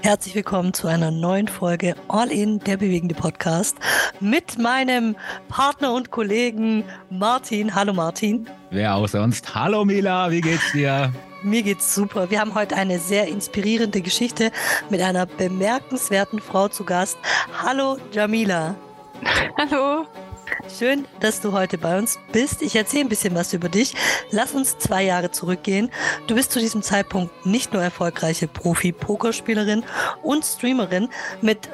Herzlich willkommen zu einer neuen Folge All In, der bewegende Podcast mit meinem Partner und Kollegen Martin. Hallo Martin. Wer auch sonst. Hallo Mila, wie geht's dir? Mir geht's super. Wir haben heute eine sehr inspirierende Geschichte mit einer bemerkenswerten Frau zu Gast. Hallo Jamila. Hallo. Schön, dass du heute bei uns bist. Ich erzähle ein bisschen was über dich. Lass uns 2 Jahre zurückgehen. Du bist zu diesem Zeitpunkt nicht nur erfolgreiche Profi-Pokerspielerin und Streamerin mit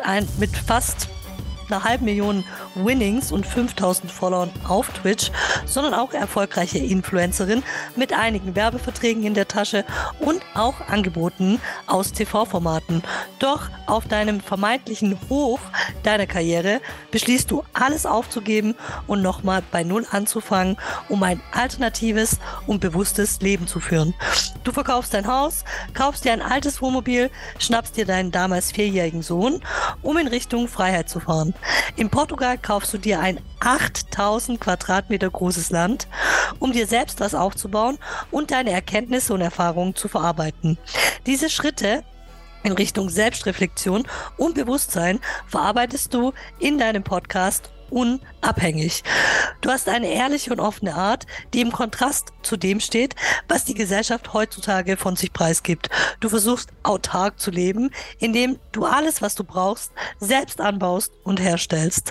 fast einer 500.000 Winnings und 5.000 Followern auf Twitch, sondern auch erfolgreiche Influencerin mit einigen Werbeverträgen in der Tasche und auch Angeboten aus TV-Formaten. Doch auf deinem vermeintlichen Hoch deiner Karriere beschließt du, alles aufzugeben und nochmal bei Null anzufangen, um ein alternatives und bewusstes Leben zu führen. Du verkaufst dein Haus, kaufst dir ein altes Wohnmobil, schnappst dir deinen damals 4-jährigen Sohn, um in Richtung Freiheit zu fahren. In Portugal kaufst du dir ein 8.000 Quadratmeter großes Land, um dir selbst was aufzubauen und deine Erkenntnisse und Erfahrungen zu verarbeiten. Diese Schritte in Richtung Selbstreflexion und Bewusstsein verarbeitest du in deinem Podcast unabhängig. Du hast eine ehrliche und offene Art, die im Kontrast zu dem steht, was die Gesellschaft heutzutage von sich preisgibt. Du versuchst autark zu leben, indem du alles, was du brauchst, selbst anbaust und herstellst.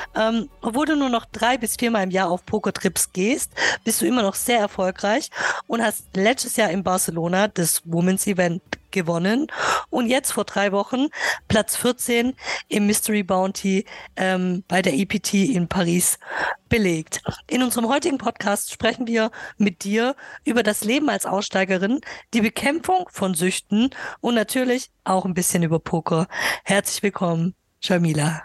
Obwohl du nur noch 3 bis 4 Mal im Jahr auf Pokertrips gehst, bist du immer noch sehr erfolgreich und hast letztes Jahr in Barcelona das Women's Event gewonnen und jetzt vor 3 Wochen Platz 14 im Mystery Bounty bei der EPT in Paris belegt. In unserem heutigen Podcast sprechen wir mit dir über das Leben als Aussteigerin, die Bekämpfung von Süchten und natürlich auch ein bisschen über Poker. Herzlich willkommen, Jamila.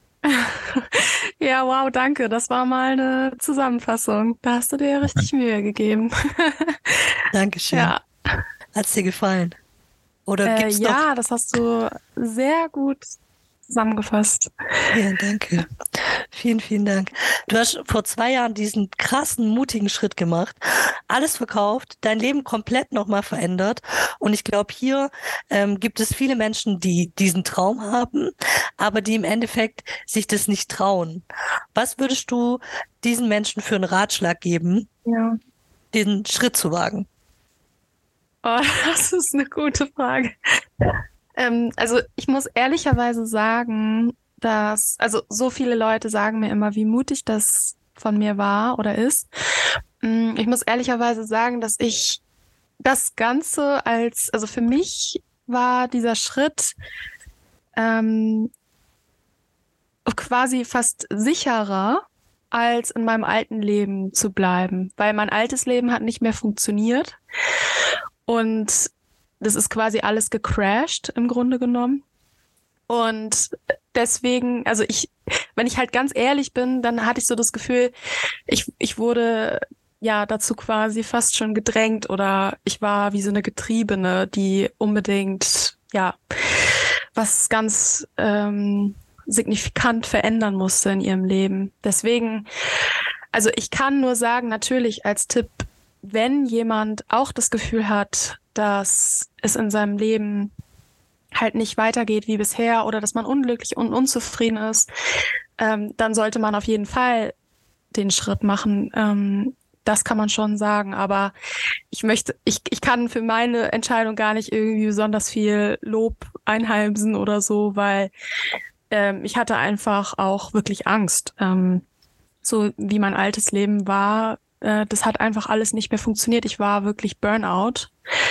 Ja, wow, danke. Das war mal eine Zusammenfassung. Da hast du dir richtig Mühe gegeben. Dankeschön. Ja. Hat's dir gefallen? Oder gibt's noch? Ja, das hast du sehr gut zusammengefasst. Ja, danke. Vielen, vielen Dank. Du hast vor 2 Jahren diesen krassen, mutigen Schritt gemacht, alles verkauft, dein Leben komplett nochmal verändert. Und ich glaube, hier gibt es viele Menschen, die diesen Traum haben, aber die im Endeffekt sich das nicht trauen. Was würdest du diesen Menschen für einen Ratschlag geben, Ja. den Schritt zu wagen? Oh, das ist eine gute Frage. Also ich muss ehrlicherweise sagen, dass, also so viele Leute sagen mir immer, wie mutig das von mir war oder ist. Ich muss ehrlicherweise sagen, dass ich das Ganze also für mich war dieser Schritt quasi fast sicherer, als in meinem alten Leben zu bleiben, weil mein altes Leben hat nicht mehr funktioniert. Und das ist quasi alles gecrashed im Grunde genommen. Und deswegen, also wenn ich halt ganz ehrlich bin, dann hatte ich so das Gefühl, ich wurde ja dazu quasi fast schon gedrängt oder ich war wie so eine Getriebene, die unbedingt, ja, was ganz signifikant verändern musste in ihrem Leben. Deswegen, also ich kann nur sagen, natürlich als Tipp, wenn jemand auch das Gefühl hat, dass es in seinem Leben halt nicht weitergeht wie bisher oder dass man unglücklich und unzufrieden ist, dann sollte man auf jeden Fall den Schritt machen. Das kann man schon sagen, aber ich kann für meine Entscheidung gar nicht irgendwie besonders viel Lob einheimsen oder so, weil ich hatte einfach auch wirklich Angst. So wie mein altes Leben war, das hat einfach alles nicht mehr funktioniert. Ich war wirklich Burnout.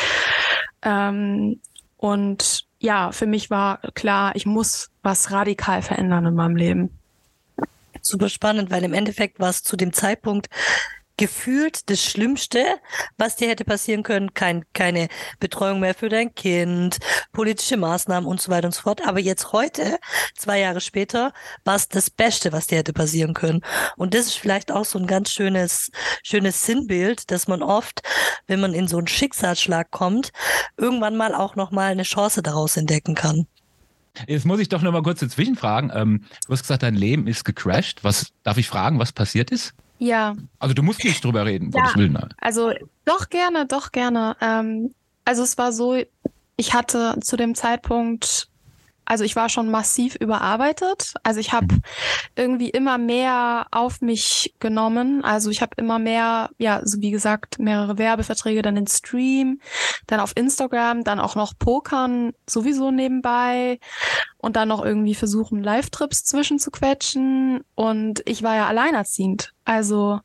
Und ja, für mich war klar, ich muss was radikal verändern in meinem Leben. Super spannend, weil im Endeffekt war es zu dem Zeitpunkt gefühlt das Schlimmste, was dir hätte passieren können. Keine Betreuung mehr für dein Kind, politische Maßnahmen und so weiter und so fort. Aber jetzt heute, 2 Jahre später, war es das Beste, was dir hätte passieren können. Und das ist vielleicht auch so ein ganz schönes Sinnbild, dass man oft, wenn man in so einen Schicksalsschlag kommt, irgendwann mal auch nochmal eine Chance daraus entdecken kann. Jetzt muss ich doch noch mal kurz dazwischen fragen. Du hast gesagt, dein Leben ist gecrashed. Darf ich fragen, was passiert ist? Ja. Also du musst nicht drüber reden, Ja, Gottes Willen. also doch gerne. Also es war so, ich hatte zu dem Zeitpunkt, also ich war schon massiv überarbeitet. Also ich habe irgendwie immer mehr auf mich genommen. Also ich habe immer mehr, ja, so wie gesagt, mehrere Werbeverträge, dann den Stream, dann auf Instagram, dann auch noch Pokern sowieso nebenbei und dann noch irgendwie versuchen, Live-Trips zwischen zu quetschen. Und ich war ja alleinerziehend. Also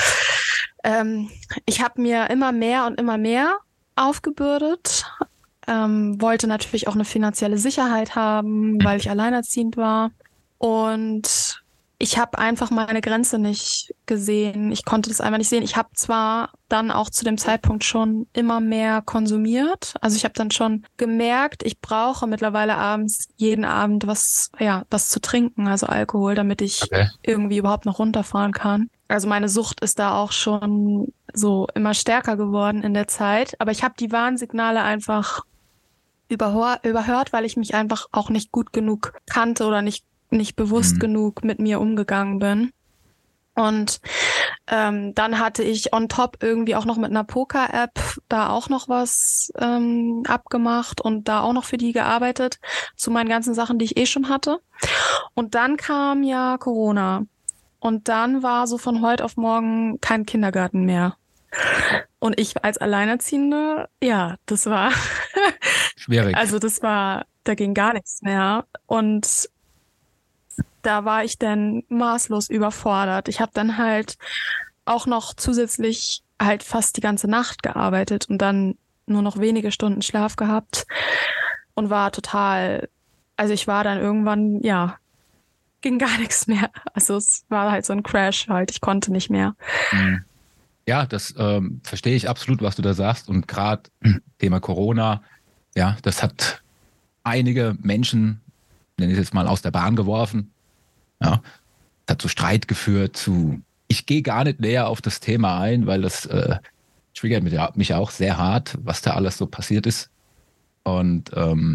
ich habe mir immer mehr und immer mehr aufgebürdet. Wollte natürlich auch eine finanzielle Sicherheit haben, weil ich alleinerziehend war. Und ich habe einfach meine Grenze nicht gesehen. Ich konnte das einfach nicht sehen. Ich habe zwar dann auch zu dem Zeitpunkt schon immer mehr konsumiert. Also ich habe dann schon gemerkt, ich brauche mittlerweile abends jeden Abend was zu trinken, also Alkohol, damit ich irgendwie überhaupt noch runterfahren kann. Also meine Sucht ist da auch schon so immer stärker geworden in der Zeit. Aber ich habe die Warnsignale einfach überhört, weil ich mich einfach auch nicht gut genug kannte oder nicht bewusst genug mit mir umgegangen bin. Und dann hatte ich on top irgendwie auch noch mit einer Poker-App da auch noch was abgemacht und da auch noch für die gearbeitet, zu meinen ganzen Sachen, die ich eh schon hatte. Und dann kam ja Corona. Und dann war so von heute auf morgen kein Kindergarten mehr. Und ich als Alleinerziehende, ja, das war schwierig. Also da ging gar nichts mehr. Und da war ich dann maßlos überfordert. Ich habe dann halt auch noch zusätzlich halt fast die ganze Nacht gearbeitet und dann nur noch wenige Stunden Schlaf gehabt und war total, also ich war dann irgendwann, ja, ging gar nichts mehr. Also es war halt so ein Crash halt, ich konnte nicht mehr. Ja, das verstehe ich absolut, was du da sagst. Und gerade Thema Corona, ja, das hat einige Menschen, nenne ich es jetzt mal, aus der Bahn geworfen. Ja, das hat zu Streit geführt, ich gehe gar nicht näher auf das Thema ein, weil das triggert mich auch sehr hart, was da alles so passiert ist. Und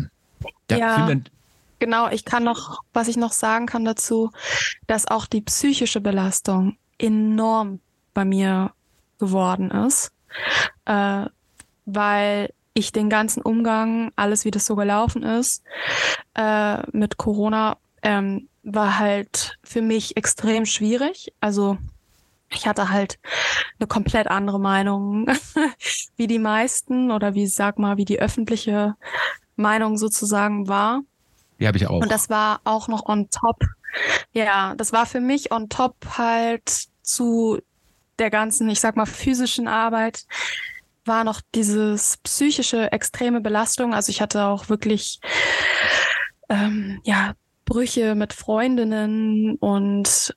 genau, was ich noch sagen kann dazu, dass auch die psychische Belastung enorm bei mir geworden ist, weil ich den ganzen Umgang, alles wie das so gelaufen ist, mit Corona, war halt für mich extrem schwierig. Also ich hatte halt eine komplett andere Meinung wie die meisten oder wie die öffentliche Meinung sozusagen war. Die habe ich auch. Und das war auch noch on top. Ja, das war für mich on top halt zu der ganzen, ich sag mal, physischen Arbeit, war noch dieses psychische extreme Belastung. Also ich hatte auch wirklich Brüche mit Freundinnen und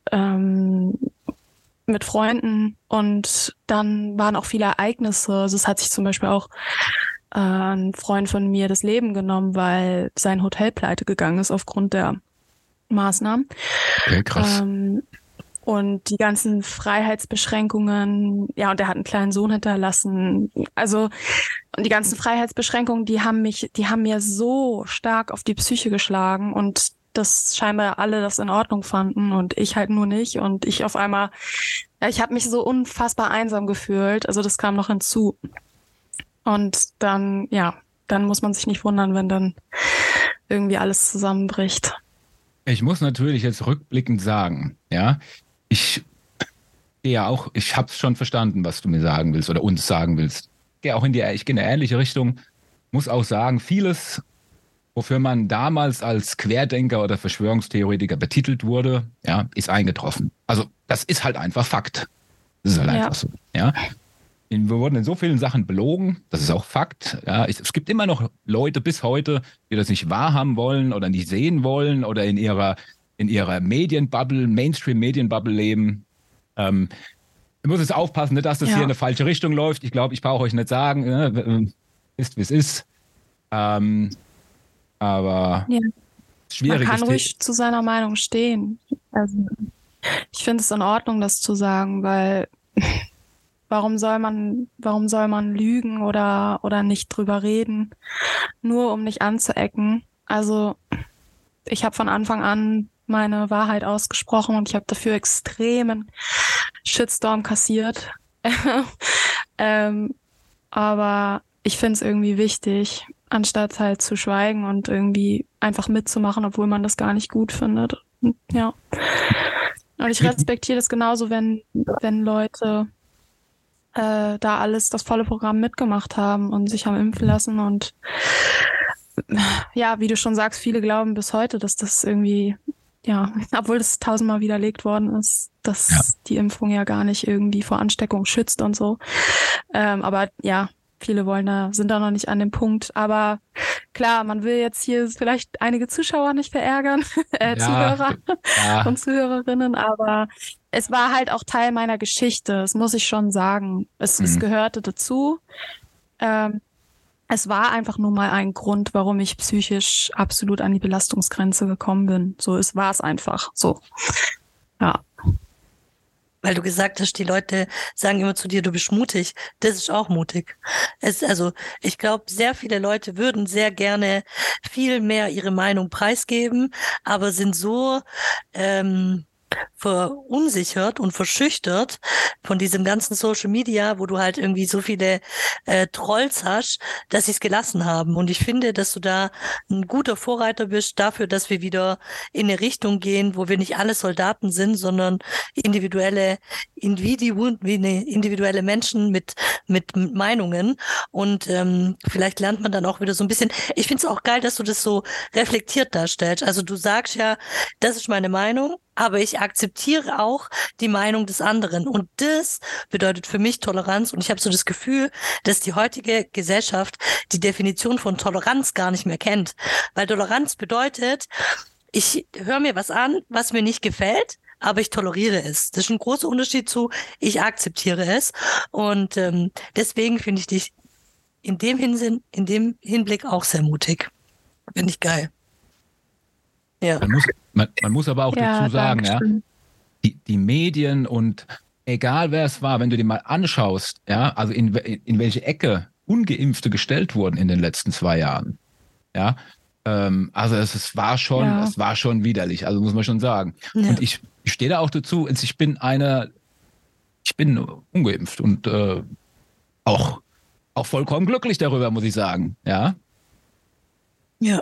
mit Freunden und dann waren auch viele Ereignisse. Also es hat sich zum Beispiel auch ein Freund von mir das Leben genommen, weil sein Hotel pleite gegangen ist aufgrund der Maßnahmen. Okay, krass. Und die ganzen Freiheitsbeschränkungen, ja, und er hat einen kleinen Sohn hinterlassen. Also, und die ganzen Freiheitsbeschränkungen, die haben mir so stark auf die Psyche geschlagen und dass scheinbar alle das in Ordnung fanden und ich halt nur nicht. Und ich auf einmal, ja, ich habe mich so unfassbar einsam gefühlt. Also das kam noch hinzu. Und dann muss man sich nicht wundern, wenn dann irgendwie alles zusammenbricht. Ich muss natürlich jetzt rückblickend sagen, ja, ich habe es schon verstanden, was du mir sagen willst oder uns sagen willst. Ich gehe in eine ähnliche Richtung, muss auch sagen, vieles, wofür man damals als Querdenker oder Verschwörungstheoretiker betitelt wurde, ja, ist eingetroffen. Also das ist halt einfach Fakt. Das ist halt einfach so, ja. Wir wurden in so vielen Sachen belogen, das ist auch Fakt. Ja, es gibt immer noch Leute bis heute, die das nicht wahrhaben wollen oder nicht sehen wollen oder in ihrer Medienbubble, Mainstream-Medienbubble leben. Ich muss jetzt aufpassen, nicht, dass das hier in eine falsche Richtung läuft. Ich glaube, ich brauche euch nicht sagen, ist wie es ist. Aber schwierig. Man kann ruhig zu seiner Meinung stehen. Also, ich finde es in Ordnung, das zu sagen, weil warum soll man lügen oder nicht drüber reden, nur um nicht anzuecken? Also ich habe von Anfang an meine Wahrheit ausgesprochen und ich habe dafür extremen Shitstorm kassiert. Aber ich finde es irgendwie wichtig. anstatt halt zu schweigen und irgendwie einfach mitzumachen, obwohl man das gar nicht gut findet. Ja. Und ich respektiere das genauso, wenn Leute da alles, das volle Programm mitgemacht haben und sich haben impfen lassen. Und ja, wie du schon sagst, viele glauben bis heute, dass das irgendwie, ja, obwohl das 1000-mal widerlegt worden ist, dass die Impfung ja gar nicht irgendwie vor Ansteckung schützt und so. Aber ja, viele sind da noch nicht an dem Punkt. Aber klar, man will jetzt hier vielleicht einige Zuschauer nicht verärgern, Zuhörer und Zuhörerinnen, aber es war halt auch Teil meiner Geschichte, das muss ich schon sagen. Es gehörte dazu. Es war einfach nur mal ein Grund, warum ich psychisch absolut an die Belastungsgrenze gekommen bin. So, war es einfach so. Ja. Weil du gesagt hast, die Leute sagen immer zu dir, du bist mutig. Das ist auch mutig. Ich glaube, sehr viele Leute würden sehr gerne viel mehr ihre Meinung preisgeben, aber sind so verunsichert und verschüchtert von diesem ganzen Social Media, wo du halt irgendwie so viele Trolls hast, dass sie es gelassen haben. Und ich finde, dass du da ein guter Vorreiter bist dafür, dass wir wieder in eine Richtung gehen, wo wir nicht alle Soldaten sind, sondern individuelle Menschen mit Meinungen. Und vielleicht lernt man dann auch wieder so ein bisschen. Ich finde es auch geil, dass du das so reflektiert darstellst. Also du sagst ja, das ist meine Meinung, aber ich akzeptiere auch die Meinung des anderen. Und das bedeutet für mich Toleranz. Und ich habe so das Gefühl, dass die heutige Gesellschaft die Definition von Toleranz gar nicht mehr kennt. Weil Toleranz bedeutet, ich höre mir was an, was mir nicht gefällt, aber ich toleriere es. Das ist ein großer Unterschied zu, ich akzeptiere es. Und deswegen finde ich dich in dem Hinblick auch sehr mutig. Finde ich geil. Ja. Man muss aber auch dazu sagen, die Medien und egal wer es war, wenn du dir mal anschaust, also in welche Ecke Ungeimpfte gestellt wurden in den letzten 2 Jahren, also es war schon widerlich, also muss man schon sagen. Ja. Und ich stehe da auch dazu, ich bin ungeimpft und auch vollkommen glücklich darüber, muss ich sagen, ja. Ja.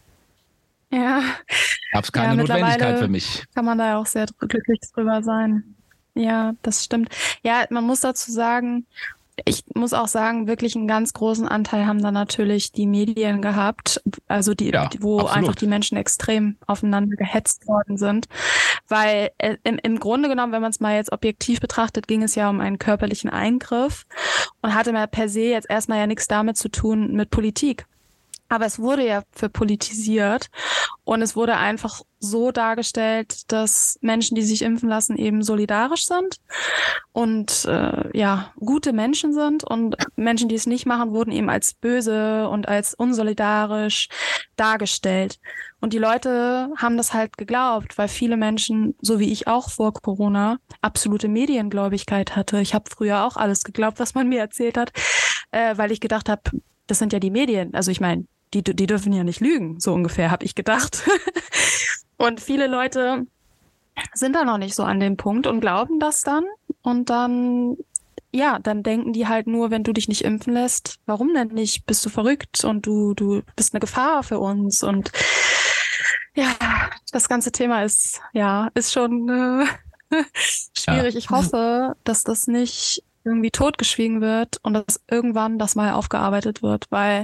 Gab es keine Notwendigkeit für mich. Kann man da ja auch sehr glücklich drüber sein. Ja, das stimmt. Ja, man muss dazu sagen, ich muss auch sagen, wirklich einen ganz großen Anteil haben da natürlich die Medien gehabt, also wo absolut. Einfach die Menschen extrem aufeinander gehetzt worden sind. Weil im Grunde genommen, wenn man es mal jetzt objektiv betrachtet, ging es ja um einen körperlichen Eingriff und hatte mal per se jetzt erstmal ja nichts damit zu tun mit Politik. Aber es wurde ja verpolitisiert und es wurde einfach so dargestellt, dass Menschen, die sich impfen lassen, eben solidarisch sind und gute Menschen sind und Menschen, die es nicht machen, wurden eben als böse und als unsolidarisch dargestellt. Und die Leute haben das halt geglaubt, weil viele Menschen, so wie ich auch vor Corona, absolute Mediengläubigkeit hatte. Ich habe früher auch alles geglaubt, was man mir erzählt hat, weil ich gedacht habe, das sind ja die Medien. Also ich meine, die dürfen ja nicht lügen, so ungefähr, habe ich gedacht. Und viele Leute sind da noch nicht so an dem Punkt und glauben das dann. Und dann denken die halt nur, wenn du dich nicht impfen lässt, warum denn nicht? Bist du verrückt und du bist eine Gefahr für uns. Und ja, das ganze Thema ist schon schwierig. Ich hoffe, dass das nicht irgendwie totgeschwiegen wird und dass irgendwann das mal aufgearbeitet wird, weil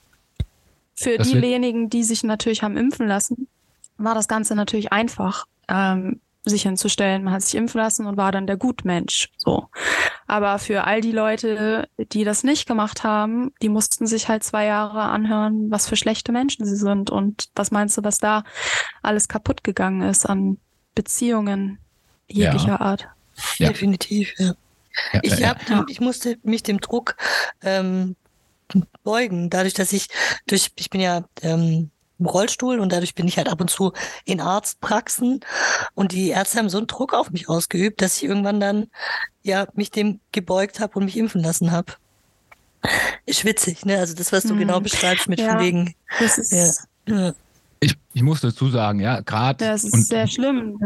für diejenigen, die sich natürlich haben impfen lassen, war das Ganze natürlich einfach, sich hinzustellen. Man hat sich impfen lassen und war dann der Gutmensch. So. Aber für all die Leute, die das nicht gemacht haben, die mussten sich halt 2 Jahre anhören, was für schlechte Menschen sie sind. Und was meinst du, was da alles kaputt gegangen ist an Beziehungen jeglicher Art? Ja. Definitiv, ja. Ich musste mich dem Druck beugen, dadurch, dass ich bin ja im Rollstuhl und dadurch bin ich halt ab und zu in Arztpraxen und die Ärzte haben so einen Druck auf mich ausgeübt, dass ich irgendwann dann mich dem gebeugt habe und mich impfen lassen habe. Ist witzig, ne? Also das, was du genau beschreibst mit von wegen. Das ist Ich muss dazu sagen, gerade. Das ist sehr schlimm.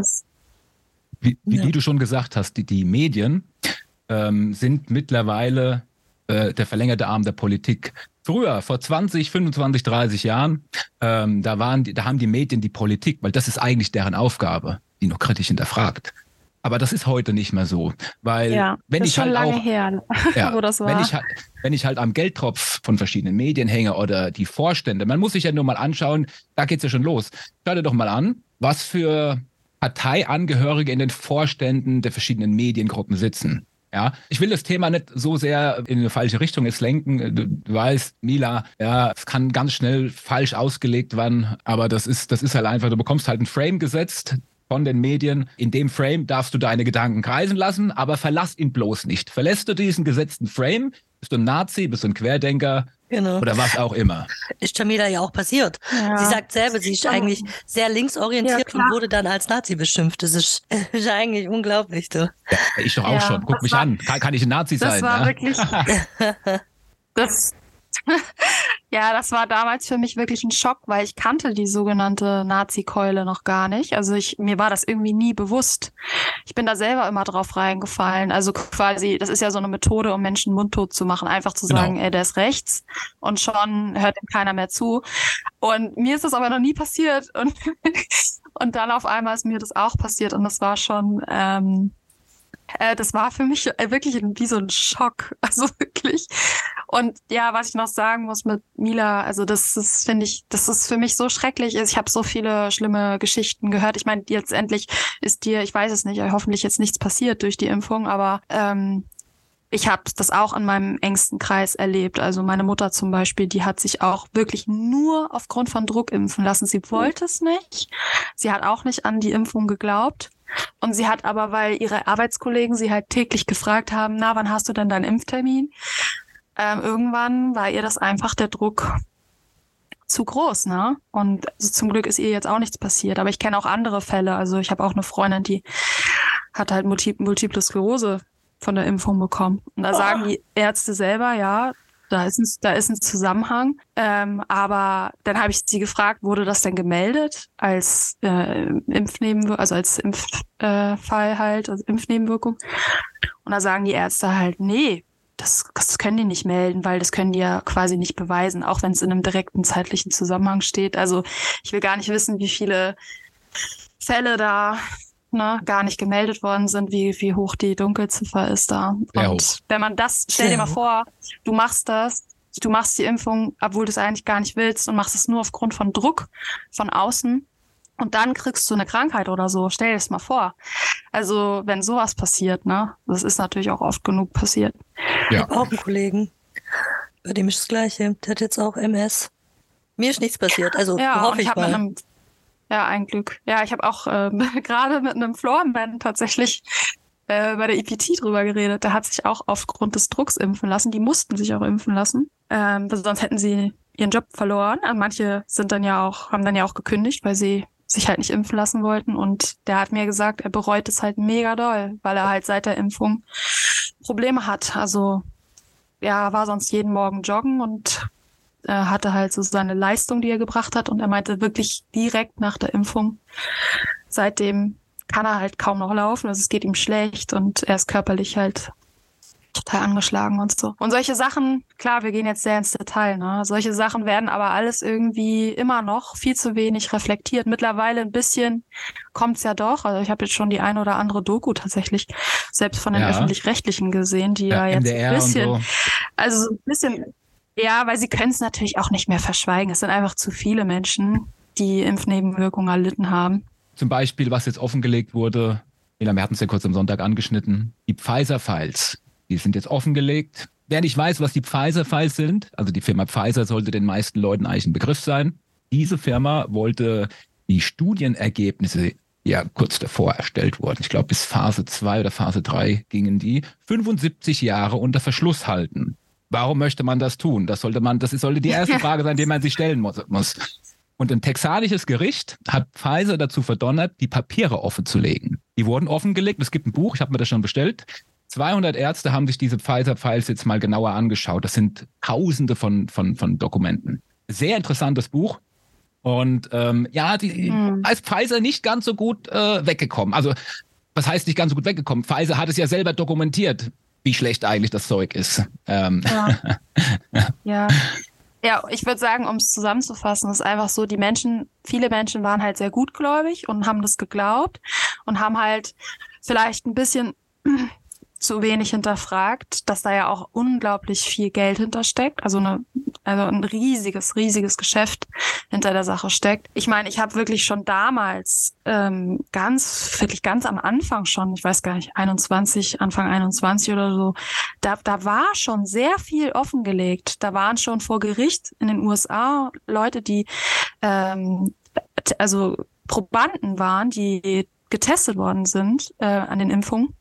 Wie du schon gesagt hast, die Medien sind mittlerweile der verlängerte Arm der Politik. Früher, vor 20, 25, 30 Jahren, da haben die Medien die Politik, weil das ist eigentlich deren Aufgabe, die noch kritisch hinterfragt. Aber das ist heute nicht mehr so, weil wenn ich halt auch, wo das war. wenn ich halt am Geldtropf von verschiedenen Medien hänge oder die Vorstände, man muss sich ja nur mal anschauen, da geht's ja schon los. Schau dir doch mal an, was für Parteiangehörige in den Vorständen der verschiedenen Mediengruppen sitzen. Ja, ich will das Thema nicht so sehr in eine falsche Richtung jetzt lenken. Du weißt, Mila, ja, es kann ganz schnell falsch ausgelegt werden, aber das ist halt einfach, du bekommst halt ein Frame gesetzt von den Medien. In dem Frame darfst du deine Gedanken kreisen lassen, aber verlass ihn bloß nicht. Verlässt du diesen gesetzten Frame, bist du ein Nazi, bist du ein Querdenker, oder was auch immer. Ist Jamila ja auch passiert. Ja. Sie sagt selber, sie ist eigentlich sehr linksorientiert und wurde dann als Nazi beschimpft. Das ist eigentlich unglaublich. Du. Ja, ich doch auch schon. Guck mich an. Kann ich ein Nazi sein? Das war wirklich... das war damals für mich wirklich ein Schock, weil ich kannte die sogenannte Nazi-Keule noch gar nicht. Also mir war das irgendwie nie bewusst. Ich bin da selber immer drauf reingefallen. Also quasi, das ist ja so eine Methode, um Menschen mundtot zu machen. Einfach zu sagen, der ist rechts und schon hört ihm keiner mehr zu. Und mir ist das aber noch nie passiert. Und dann auf einmal ist mir das auch passiert. Und das war schon... das war für mich wirklich wie so ein Schock, also wirklich. Und ja, was ich noch sagen muss mit Mila, also das ist, finde ich, dass es für mich so schrecklich ist. Ich habe so viele schlimme Geschichten gehört. Ich meine, letztendlich ist dir, ich weiß es nicht, hoffentlich jetzt nichts passiert durch die Impfung, aber ich habe das auch in meinem engsten Kreis erlebt. Also meine Mutter zum Beispiel, die hat sich auch wirklich nur aufgrund von Druck impfen lassen. Sie wollte es nicht. Sie hat auch nicht an die Impfung geglaubt. Und sie hat aber, weil ihre Arbeitskollegen sie halt täglich gefragt haben, na, wann hast du denn deinen Impftermin? Irgendwann war ihr das einfach der Druck zu groß, ne? Und also zum Glück ist ihr jetzt auch nichts passiert. Aber ich kenne auch andere Fälle. Also ich habe auch eine Freundin, die hat halt Multiple Sklerose von der Impfung bekommen. Und da sagen die Ärzte selber, ja, da ist ein Zusammenhang. Aber dann habe ich sie gefragt, wurde das denn gemeldet als Impfnebenwirkung, also als Impffall halt, also Impfnebenwirkung? Und da sagen die Ärzte halt, nee, das können die nicht melden, weil das können die ja quasi nicht beweisen, auch wenn es in einem direkten zeitlichen Zusammenhang steht. Also ich will gar nicht wissen, wie viele Fälle da gar nicht gemeldet worden sind, wie hoch die Dunkelziffer ist da. Und wenn man das, stell dir mal vor, du machst die Impfung, obwohl du es eigentlich gar nicht willst und machst es nur aufgrund von Druck von außen und dann kriegst du eine Krankheit oder so. Stell dir das mal vor. Also wenn sowas passiert, ne, das ist natürlich auch oft genug passiert. Ja. Ich habe auch einen Kollegen, bei dem ist das Gleiche. Der hat jetzt auch MS. Mir ist nichts passiert, also hoffe ich mal. Ja, ein Glück. Ja, ich habe auch gerade mit einem Floorman tatsächlich bei der IPT drüber geredet. Der hat sich auch aufgrund des Drucks impfen lassen. Die mussten sich auch impfen lassen, sonst hätten sie ihren Job verloren. Manche haben dann ja auch gekündigt, weil sie sich halt nicht impfen lassen wollten. Und der hat mir gesagt, er bereut es halt mega doll, weil er halt seit der Impfung Probleme hat. Also er war sonst jeden Morgen joggen und hatte halt so seine Leistung, die er gebracht hat. Und er meinte wirklich direkt nach der Impfung, seitdem kann er halt kaum noch laufen. Also es geht ihm schlecht und er ist körperlich halt total angeschlagen und so. Und solche Sachen, klar, wir gehen jetzt sehr ins Detail, ne? Solche Sachen werden aber alles irgendwie immer noch viel zu wenig reflektiert. Mittlerweile ein bisschen kommt's ja doch. Also ich habe jetzt schon die eine oder andere Doku tatsächlich selbst von den Öffentlich-Rechtlichen gesehen, die ja jetzt NDR ein bisschen, und so. Also so ein bisschen... Ja, weil sie können es natürlich auch nicht mehr verschweigen. Es sind einfach zu viele Menschen, die Impfnebenwirkungen erlitten haben. Zum Beispiel, was jetzt offengelegt wurde, wir hatten es ja kurz am Sonntag angeschnitten, die Pfizer-Files, die sind jetzt offengelegt. Wer nicht weiß, was die Pfizer-Files sind, also die Firma Pfizer sollte den meisten Leuten eigentlich ein Begriff sein. Diese Firma wollte die Studienergebnisse, ja kurz davor erstellt wurden, ich glaube bis Phase 2 oder Phase 3 gingen die, 75 Jahre unter Verschluss halten. Warum möchte man das tun? Das sollte die erste Frage sein, die man sich stellen muss. Und ein texanisches Gericht hat Pfizer dazu verdonnert, die Papiere offenzulegen. Die wurden offengelegt. Es gibt ein Buch, ich habe mir das schon bestellt. 200 Ärzte haben sich diese Pfizer-Files jetzt mal genauer angeschaut. Das sind Tausende von Dokumenten. Sehr interessantes Buch. Und als Pfizer nicht ganz so gut weggekommen. Also, was heißt nicht ganz so gut weggekommen? Pfizer hat es ja selber dokumentiert. wie schlecht eigentlich das Zeug ist. Ja. Ja. Ja, ich würde sagen, um es zusammenzufassen, ist einfach so, viele Menschen waren halt sehr gutgläubig und haben das geglaubt und haben halt vielleicht ein bisschen zu wenig hinterfragt, dass da ja auch wirklich viel Geld hintersteckt, also ein riesiges Geschäft hinter der Sache steckt. Ich meine, ich habe wirklich schon damals wirklich ganz am Anfang schon, ich weiß gar nicht, Anfang 21 oder so, da war schon sehr viel offengelegt. Da waren schon vor Gericht in den USA Leute, die also Probanden waren, die getestet worden sind an den Impfungen.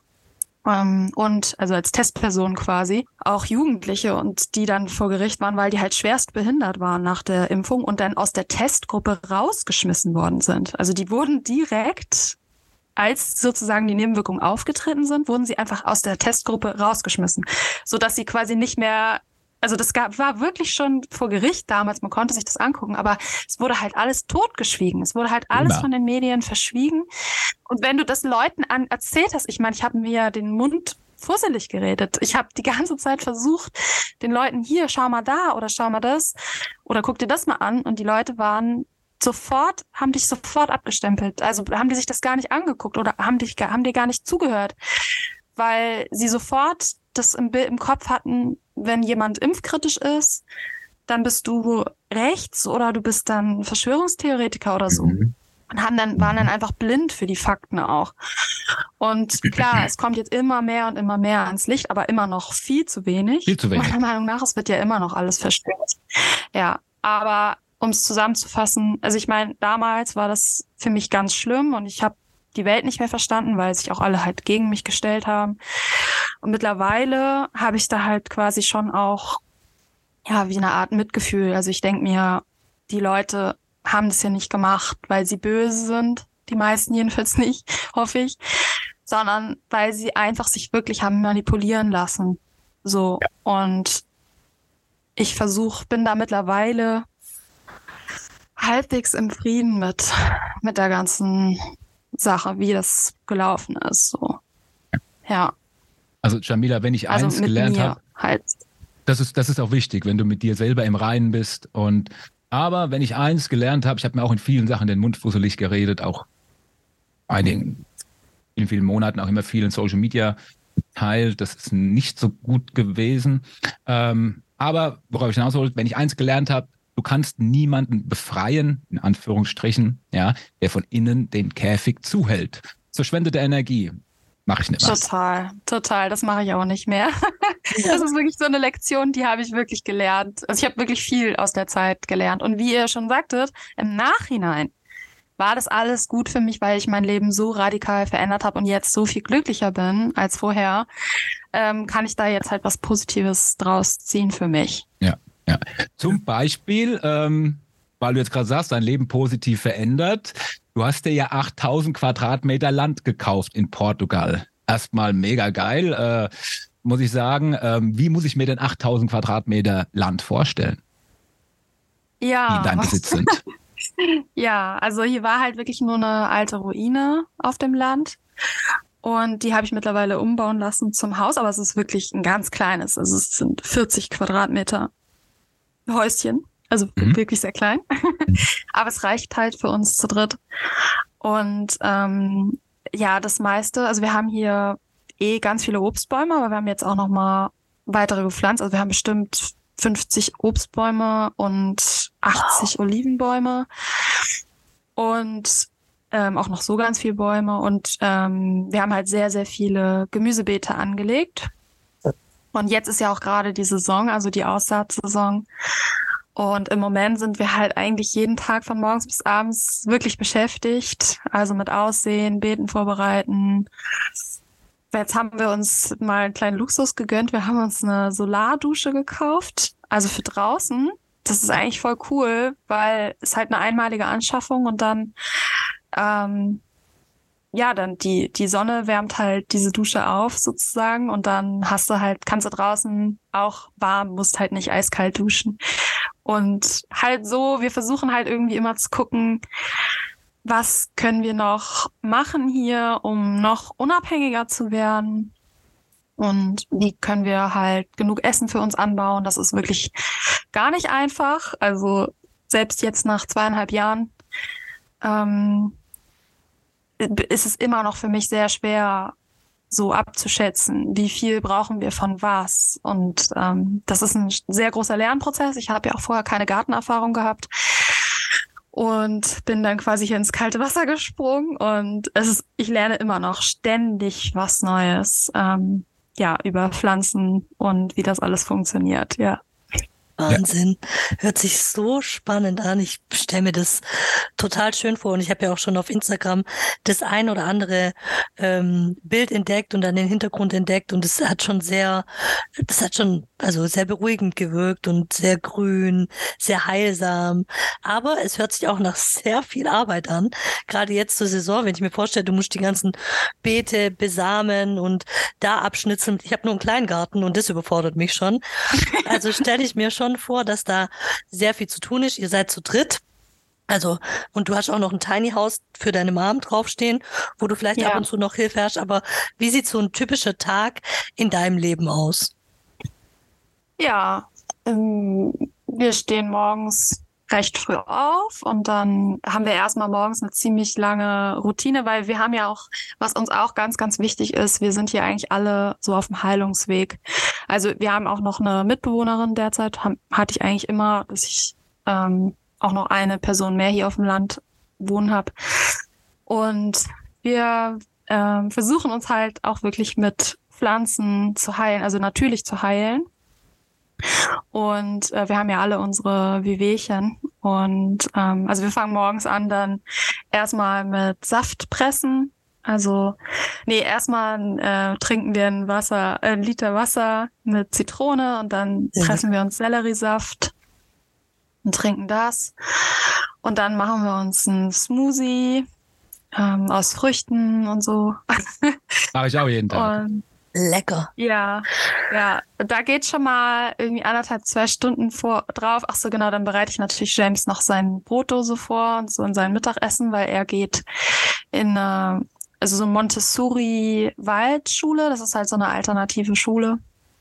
Und also als Testpersonen quasi, auch Jugendliche und die dann vor Gericht waren, weil die halt schwerst behindert waren nach der Impfung und dann aus der Testgruppe rausgeschmissen worden sind. Also die wurden direkt, als sozusagen die Nebenwirkungen aufgetreten sind, wurden sie einfach aus der Testgruppe rausgeschmissen, sodass sie quasi nicht mehr, also war wirklich schon vor Gericht damals, man konnte sich das angucken, aber es wurde halt alles totgeschwiegen. Es wurde halt alles von den Medien verschwiegen. Und wenn du das Leuten erzählt hast, ich meine, ich habe mir ja den Mund fusselig geredet. Ich habe die ganze Zeit versucht, den Leuten hier, schau mal da oder schau mal das oder guck dir das mal an. Und die Leute haben dich sofort abgestempelt. Also haben die sich das gar nicht angeguckt oder haben dir gar nicht zugehört, weil sie sofort das im Kopf hatten, wenn jemand impfkritisch ist, dann bist du rechts oder du bist dann Verschwörungstheoretiker oder so. Und waren dann einfach blind für die Fakten auch. Und klar, es kommt jetzt immer mehr und immer mehr ans Licht, aber immer noch viel zu wenig. Viel zu wenig. Meiner Meinung nach, es wird ja immer noch alles verstört. Ja, aber um es zusammenzufassen, also ich meine, damals war das für mich ganz schlimm und ich habe die Welt nicht mehr verstanden, weil sich auch alle halt gegen mich gestellt haben. Und mittlerweile habe ich da halt quasi schon auch, ja, wie eine Art Mitgefühl. Also ich denke mir, die Leute haben das ja nicht gemacht, weil sie böse sind. Die meisten jedenfalls nicht, hoffe ich. Sondern weil sie einfach sich wirklich haben manipulieren lassen. So. Ja. Und ich bin da mittlerweile halbwegs im Frieden mit der ganzen Sache, wie das gelaufen ist. So. Ja. Also Jamila, wenn ich eins gelernt habe, halt. das ist auch wichtig, wenn du mit dir selber im Reinen bist. Aber wenn ich eins gelernt habe, ich habe mir auch in vielen Sachen den Mund fusselig geredet, auch in vielen Monaten auch immer viel in Social Media geteilt. Das ist nicht so gut gewesen. Aber worauf ich hinaus wollte, wenn ich eins gelernt habe, du kannst niemanden befreien, in Anführungsstrichen, ja, der von innen den Käfig zuhält. Verschwendete Energie. Mache ich nicht mehr. Total. Das mache ich auch nicht mehr. Das ist wirklich so eine Lektion, die habe ich wirklich gelernt. Also ich habe wirklich viel aus der Zeit gelernt. Und wie ihr schon sagtet, im Nachhinein war das alles gut für mich, weil ich mein Leben so radikal verändert habe und jetzt so viel glücklicher bin als vorher, kann ich da jetzt halt was Positives draus ziehen für mich. Ja. Zum Beispiel, weil du jetzt gerade sagst, dein Leben positiv verändert. Du hast dir ja 8000 Quadratmeter Land gekauft in Portugal. Erstmal mega geil, muss ich sagen. Wie muss ich mir denn 8000 Quadratmeter Land vorstellen, die in deinem Besitz sind? Ja, also hier war halt wirklich nur eine alte Ruine auf dem Land. Und die habe ich mittlerweile umbauen lassen zum Haus. Aber es ist wirklich ein ganz kleines. Also es sind 40 Quadratmeter Häuschen. Also wirklich sehr klein. Aber es reicht halt für uns zu dritt. Und ja, das meiste, also wir haben hier ganz viele Obstbäume, aber wir haben jetzt auch noch mal weitere gepflanzt. Also wir haben bestimmt 50 Obstbäume und 80 Olivenbäume und auch noch so ganz viele Bäume. Und wir haben halt sehr, sehr viele Gemüsebeete angelegt. Und jetzt ist ja auch gerade die Saison, also die Aussaatsaison. Und im Moment sind wir halt eigentlich jeden Tag von morgens bis abends wirklich beschäftigt. Also mit Aussehen, Beeten vorbereiten. Jetzt haben wir uns mal einen kleinen Luxus gegönnt. Wir haben uns eine Solardusche gekauft. Also für draußen. Das ist eigentlich voll cool, weil es halt eine einmalige Anschaffung und dann, ja, dann die Sonne wärmt halt diese Dusche auf sozusagen und dann kannst du draußen auch warm, musst halt nicht eiskalt duschen. Und halt so, wir versuchen halt irgendwie immer zu gucken, was können wir noch machen hier, um noch unabhängiger zu werden. Und wie können wir halt genug Essen für uns anbauen? Das ist wirklich gar nicht einfach. Also selbst jetzt nach 2,5 Jahren ist es immer noch für mich sehr schwer, so abzuschätzen, wie viel brauchen wir von was. Und das ist ein sehr großer Lernprozess. Ich habe ja auch vorher keine Gartenerfahrung gehabt und bin dann quasi hier ins kalte Wasser gesprungen. Und ich lerne immer noch ständig was Neues, über Pflanzen und wie das alles funktioniert, ja. Wahnsinn. Hört sich so spannend an. Ich stelle mir das total schön vor. Und ich habe ja auch schon auf Instagram das ein oder andere Bild entdeckt und dann den Hintergrund entdeckt. Und das hat schon sehr beruhigend gewirkt und sehr grün, sehr heilsam. Aber es hört sich auch nach sehr viel Arbeit an. Gerade jetzt zur Saison, wenn ich mir vorstelle, du musst die ganzen Beete besamen und da abschnitzeln. Ich habe nur einen kleinen Garten und das überfordert mich schon. Also stelle ich mir schon vor, dass da sehr viel zu tun ist. Ihr seid zu dritt. Also, und du hast auch noch ein Tiny House für deine Mom draufstehen, wo du vielleicht ab und zu noch Hilfe hast. Aber wie sieht so ein typischer Tag in deinem Leben aus? Ja, wir stehen morgens recht früh auf und dann haben wir erstmal morgens eine ziemlich lange Routine, weil wir haben ja auch, was uns auch ganz, ganz wichtig ist, wir sind hier eigentlich alle so auf dem Heilungsweg. Also wir haben auch noch eine Mitbewohnerin derzeit, hatte ich eigentlich immer, dass ich auch noch eine Person mehr hier auf dem Land wohnen habe. Und wir versuchen uns halt auch wirklich mit Pflanzen zu heilen, also natürlich zu heilen. Und wir haben ja alle unsere Wehwehchen und also wir fangen morgens an, dann erstmal mit Saft pressen. Also erstmal trinken wir ein Liter Wasser mit Zitrone und dann pressen wir uns Selleriesaft und trinken das. Und dann machen wir uns einen Smoothie aus Früchten und so. Mache ich auch jeden Tag. Und lecker. Ja, da geht schon mal irgendwie 1,5, 2 Stunden drauf. Ach so, genau, dann bereite ich natürlich James noch seine Brotdose vor und so in sein Mittagessen, weil er geht in so Montessori-Waldschule. Das ist halt so eine alternative Schule.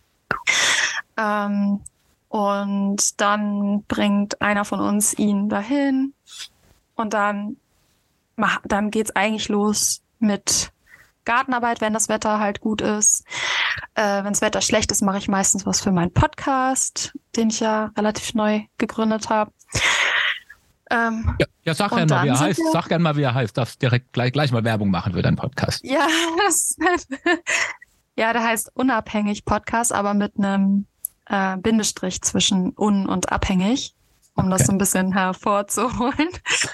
Und dann bringt einer von uns ihn dahin und dann geht's eigentlich los mit Gartenarbeit, wenn das Wetter halt gut ist. Wenn das Wetter schlecht ist, mache ich meistens was für meinen Podcast, den ich ja relativ neu gegründet habe. Sag gerne mal, wie er heißt. Sag gerne mal, wie er heißt. Darfst direkt gleich mal Werbung machen für deinen Podcast. Ja, der heißt Unabhängig Podcast, aber mit einem Bindestrich zwischen un und abhängig, um das so ein bisschen hervorzuholen.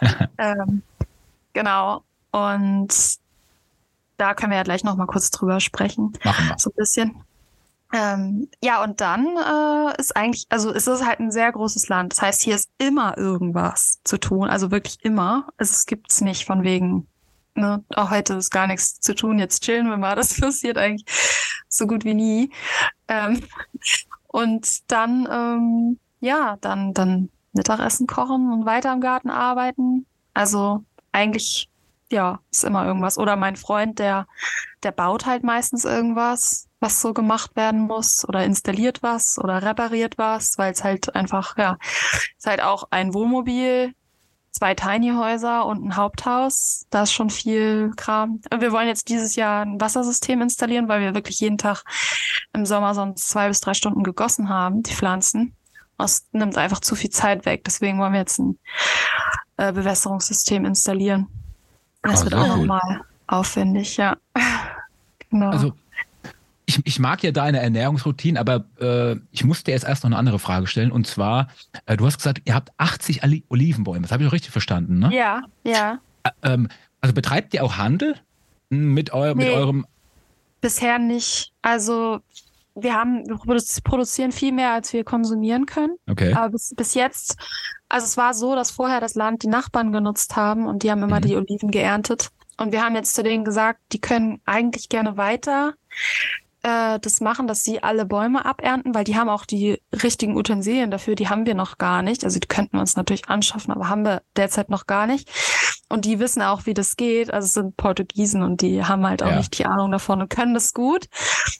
Genau. Und da können wir ja gleich noch mal kurz drüber sprechen. Machen wir. So ein bisschen. Und dann ist eigentlich, also es ist halt ein sehr großes Land. Das heißt, hier ist immer irgendwas zu tun. Also wirklich immer. Es gibt's nicht von wegen, auch heute ist gar nichts zu tun, jetzt chillen wir mal. Das passiert eigentlich so gut wie nie. Und dann, dann Mittagessen kochen und weiter im Garten arbeiten. Also eigentlich, ist immer irgendwas. Oder mein Freund, der baut halt meistens irgendwas, was so gemacht werden muss oder installiert was oder repariert was, weil es halt einfach, ist halt auch ein Wohnmobil, 2 Tiny-Häuser und ein Haupthaus. Da ist schon viel Kram. Wir wollen jetzt dieses Jahr ein Wassersystem installieren, weil wir wirklich jeden Tag im Sommer sonst 2 bis 3 Stunden gegossen haben, die Pflanzen. Das nimmt einfach zu viel Zeit weg. Deswegen wollen wir jetzt ein Bewässerungssystem installieren. Das wird auch nochmal aufwendig, ja. Genau. Also ich mag ja deine Ernährungsroutine, aber ich musste jetzt erst noch eine andere Frage stellen. Und zwar, du hast gesagt, ihr habt 80 Olivenbäume. Das habe ich doch richtig verstanden, ne? Ja. Also betreibt ihr auch Handel mit eurem... Bisher nicht. Also wir produzieren viel mehr, als wir konsumieren können. Okay. Aber bis jetzt, also es war so, dass vorher das Land die Nachbarn genutzt haben und die haben immer die Oliven geerntet. Und wir haben jetzt zu denen gesagt, die können eigentlich gerne weiter das machen, dass sie alle Bäume abernten, weil die haben auch die richtigen Utensilien dafür, die haben wir noch gar nicht. Also die könnten wir uns natürlich anschaffen, aber haben wir derzeit noch gar nicht. Und die wissen auch, wie das geht. Also es sind Portugiesen und die haben halt auch nicht die Ahnung davon und können das gut.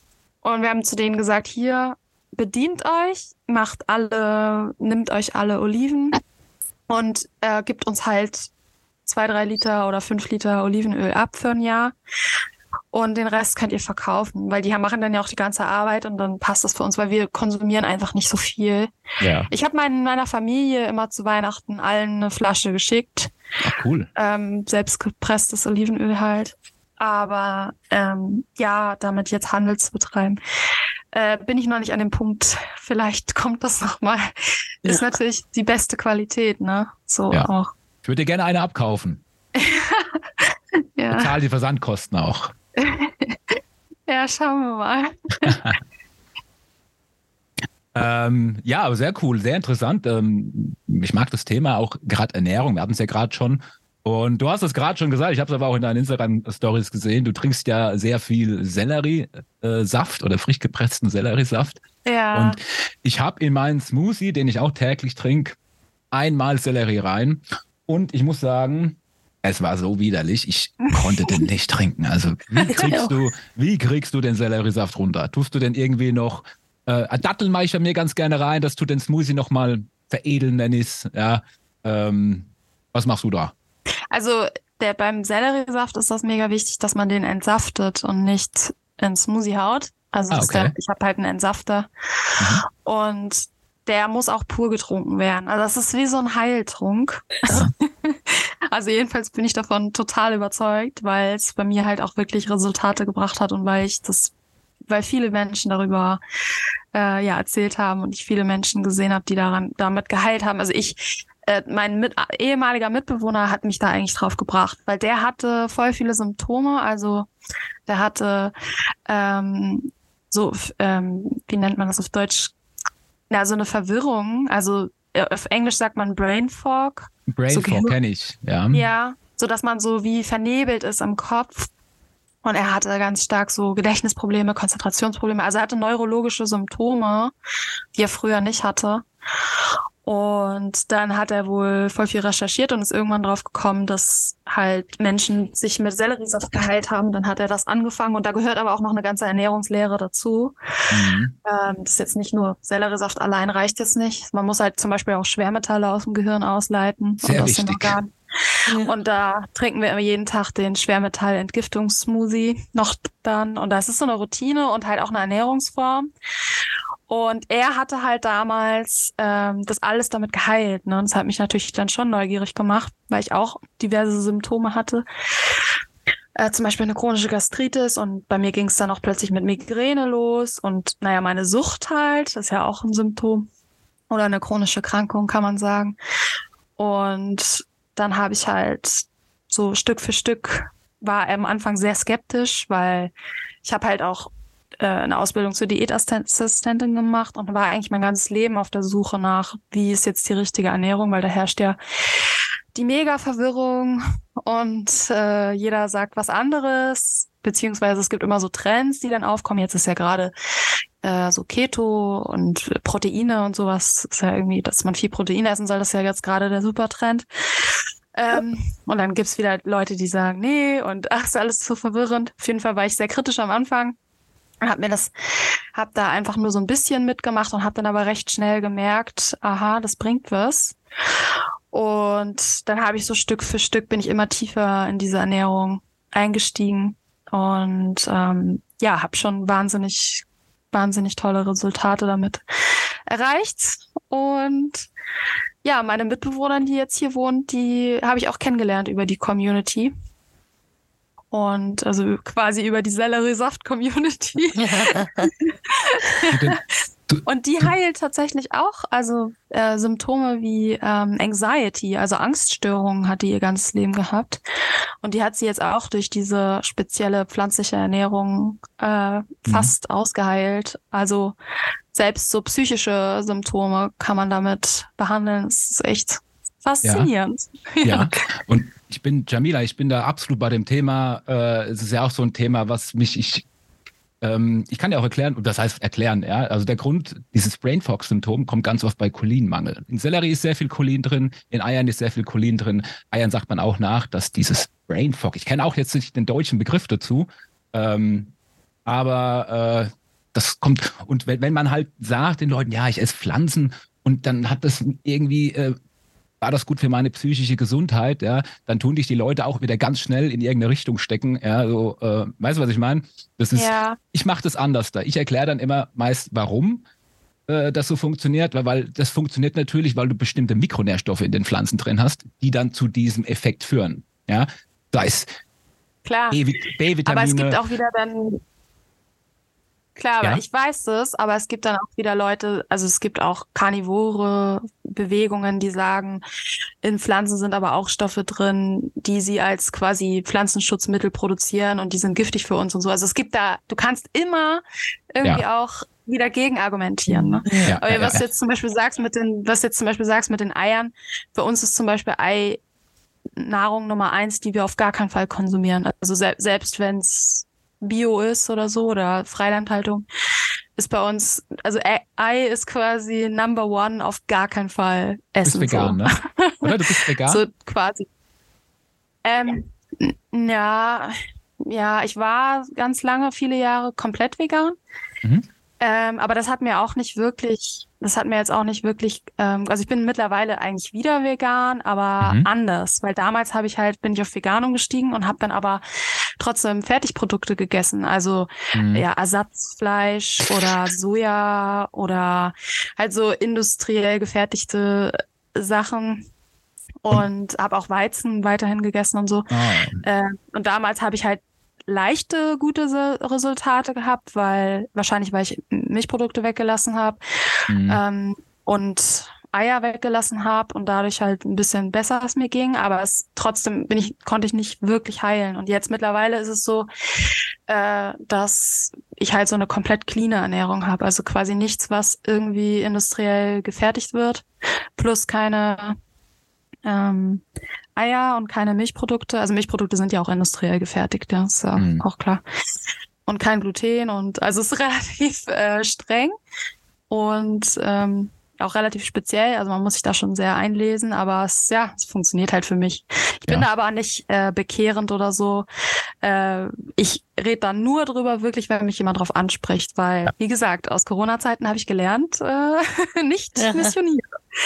Und wir haben zu denen gesagt, hier, bedient euch, nimmt euch alle Oliven und gibt uns halt 2, 3 Liter oder 5 Liter Olivenöl ab für ein Jahr. Und den Rest könnt ihr verkaufen, weil die machen dann ja auch die ganze Arbeit und dann passt das für uns, weil wir konsumieren einfach nicht so viel. Ja. Ich habe meiner Familie immer zu Weihnachten allen eine Flasche geschickt. Ach, cool. Selbstgepresstes Olivenöl halt. Aber ja, damit jetzt Handel zu betreiben, bin ich noch nicht an dem Punkt. Vielleicht kommt das nochmal. Ist natürlich die beste Qualität, ne? So Ja. auch. Ich würde dir gerne eine abkaufen. Ja. Bezahl die Versandkosten auch. Ja, schauen wir mal. Ja, aber sehr cool, sehr interessant. Ich mag das Thema auch gerade Ernährung. Wir hatten es ja gerade schon. Und du hast es gerade schon gesagt, ich habe es aber auch in deinen Instagram-Stories gesehen. Du trinkst ja sehr viel Selleriesaft oder frisch gepressten Selleriesaft. Ja. Und ich habe in meinen Smoothie, den ich auch täglich trinke, einmal Sellerie rein. Und ich muss sagen, es war so widerlich, ich konnte den nicht trinken. Also wie kriegst du den Selleriesaft runter? Tust du denn irgendwie noch Datteln mache ich bei mir ganz gerne rein, das tut den Smoothie nochmal veredeln, nenne ich es. Ja, was machst du da? Also beim Selleriesaft ist das mega wichtig, dass man den entsaftet und nicht ins Smoothie haut. Also okay. ich habe halt einen Entsafter. Und der muss auch pur getrunken werden. Also das ist wie so ein Heiltrunk. Ja. Also jedenfalls bin ich davon total überzeugt, weil es bei mir halt auch wirklich Resultate gebracht hat und weil viele Menschen darüber erzählt haben und ich viele Menschen gesehen habe, die damit geheilt haben. Also mein ehemaliger Mitbewohner hat mich da eigentlich drauf gebracht, weil der hatte voll viele Symptome. Also der hatte wie nennt man das auf Deutsch? Ja, so eine Verwirrung. Also auf Englisch sagt man Brain Fog. Brain Fog kenne ich, ja. Ja, so dass man so wie vernebelt ist im Kopf. Und er hatte ganz stark so Gedächtnisprobleme, Konzentrationsprobleme. Also er hatte neurologische Symptome, die er früher nicht hatte. Und dann hat er wohl voll viel recherchiert und ist irgendwann drauf gekommen, dass halt Menschen sich mit Selleriesaft geheilt haben. Dann hat er das angefangen und da gehört aber auch noch eine ganze Ernährungslehre dazu. Das ist jetzt nicht nur Selleriesaft allein, reicht jetzt nicht. Man muss halt zum Beispiel auch Schwermetalle aus dem Gehirn ausleiten. Sehr aus wichtig. den Organen. Und da trinken wir jeden Tag den Schwermetall-Entgiftungssmoothie noch dann. Und das ist so eine Routine und halt auch eine Ernährungsform. Und er hatte halt damals das alles damit geheilt. Ne? Und das hat mich natürlich dann schon neugierig gemacht, weil ich auch diverse Symptome hatte. Zum Beispiel eine chronische Gastritis und bei mir ging es dann auch plötzlich mit Migräne los. Und naja, meine Sucht halt, das ist ja auch ein Symptom. Oder eine chronische Erkrankung, kann man sagen. Und dann habe ich halt so Stück für Stück, war am Anfang sehr skeptisch, weil ich habe halt auch eine Ausbildung zur Diätassistentin gemacht und war eigentlich mein ganzes Leben auf der Suche nach, wie ist jetzt die richtige Ernährung, weil da herrscht ja die Mega-Verwirrung und jeder sagt was anderes, beziehungsweise es gibt immer so Trends, die dann aufkommen. Jetzt ist ja gerade so Keto und Proteine und sowas, ist ja irgendwie, dass man viel Protein essen soll, das ist ja jetzt gerade der Supertrend. Und dann gibt's wieder Leute, die sagen, nee, und ach, ist alles so verwirrend. Auf jeden Fall war ich sehr kritisch am Anfang. Hab da einfach nur so ein bisschen mitgemacht und habe dann aber recht schnell gemerkt, aha, das bringt was. Und dann habe ich so Stück für Stück bin ich immer tiefer in diese Ernährung eingestiegen und habe schon wahnsinnig tolle Resultate damit erreicht. Und ja, meine Mitbewohnerin, die jetzt hier wohnt, die habe ich auch kennengelernt über die Community. Und also quasi über die Selleriesaft-Community. Und die heilt tatsächlich auch, also Symptome wie Anxiety, also Angststörungen hat die ihr ganzes Leben gehabt. Und die hat sie jetzt auch durch diese spezielle pflanzliche Ernährung fast ausgeheilt. Also selbst so psychische Symptome kann man damit behandeln. Es ist echt faszinierend. Ja. Und ich bin da absolut bei dem Thema. Es ist ja auch so ein Thema, was mich, ich kann ja auch erklären, das heißt erklären, ja. Also der Grund, dieses Brain Fog-Symptom kommt ganz oft bei Cholinmangel. In Sellerie ist sehr viel Cholin drin, in Eiern ist sehr viel Cholin drin. Eiern sagt man auch nach, dass dieses Brain Fog, ich kenne auch jetzt nicht den deutschen Begriff dazu, aber das kommt. Und wenn man halt sagt den Leuten, ja, ich esse Pflanzen und dann hat das irgendwie, war das gut für meine psychische Gesundheit, ja, dann tun dich die Leute auch wieder ganz schnell in irgendeine Richtung stecken. Ja, so, weißt du, was ich meine? Das ist, ich mache das anders da. Ich erkläre dann immer meist, warum das so funktioniert, weil das funktioniert natürlich, weil du bestimmte Mikronährstoffe in den Pflanzen drin hast, die dann zu diesem Effekt führen. Ja, sei es klar. B-Vitamine. Aber es gibt auch wieder dann, klar, Ja. aber ich weiß es, aber es gibt dann auch wieder Leute, also es gibt auch karnivore Bewegungen, die sagen, in Pflanzen sind aber auch Stoffe drin, die sie als quasi Pflanzenschutzmittel produzieren und die sind giftig für uns und so. Also es gibt da, du kannst immer irgendwie auch wieder gegen argumentieren. Ne? Ja, aber was du jetzt zum Beispiel sagst mit den Eiern, für uns ist zum Beispiel Ei Nahrung Nummer 1, die wir auf gar keinen Fall konsumieren. Also selbst wenn es Bio ist oder so oder Freilandhaltung, ist bei uns, also Ei ist quasi Number 1 auf gar keinen Fall essen. Du bist vegan, so. ne? Oder? Du bist vegan? So quasi. Ja, ich war ganz lange, viele Jahre komplett vegan. Mhm. Aber das hat mir jetzt auch nicht wirklich, also ich bin mittlerweile eigentlich wieder vegan, aber anders, weil damals bin ich auf vegan umgestiegen und habe dann aber trotzdem Fertigprodukte gegessen, also Ersatzfleisch oder Soja oder halt so industriell gefertigte Sachen. Und habe auch Weizen weiterhin gegessen und so. Und damals habe ich halt leichte, gute Resultate gehabt, wahrscheinlich, weil ich Milchprodukte weggelassen habe und Eier weggelassen habe und dadurch halt ein bisschen besser es mir ging, aber trotzdem konnte ich nicht wirklich heilen. Und jetzt mittlerweile ist es so, dass ich halt so eine komplett cleane Ernährung habe, also quasi nichts, was irgendwie industriell gefertigt wird, plus keine Eier und keine Milchprodukte. Also Milchprodukte sind ja auch industriell gefertigt, ja, ist ja auch klar. Und kein Gluten und also es ist relativ streng und auch relativ speziell. Also man muss sich da schon sehr einlesen, aber es funktioniert halt für mich. Ich bin da aber nicht bekehrend oder so. Ich rede da nur drüber, wirklich, wenn mich jemand drauf anspricht, weil, wie gesagt, aus Corona-Zeiten habe ich gelernt, nicht missionieren.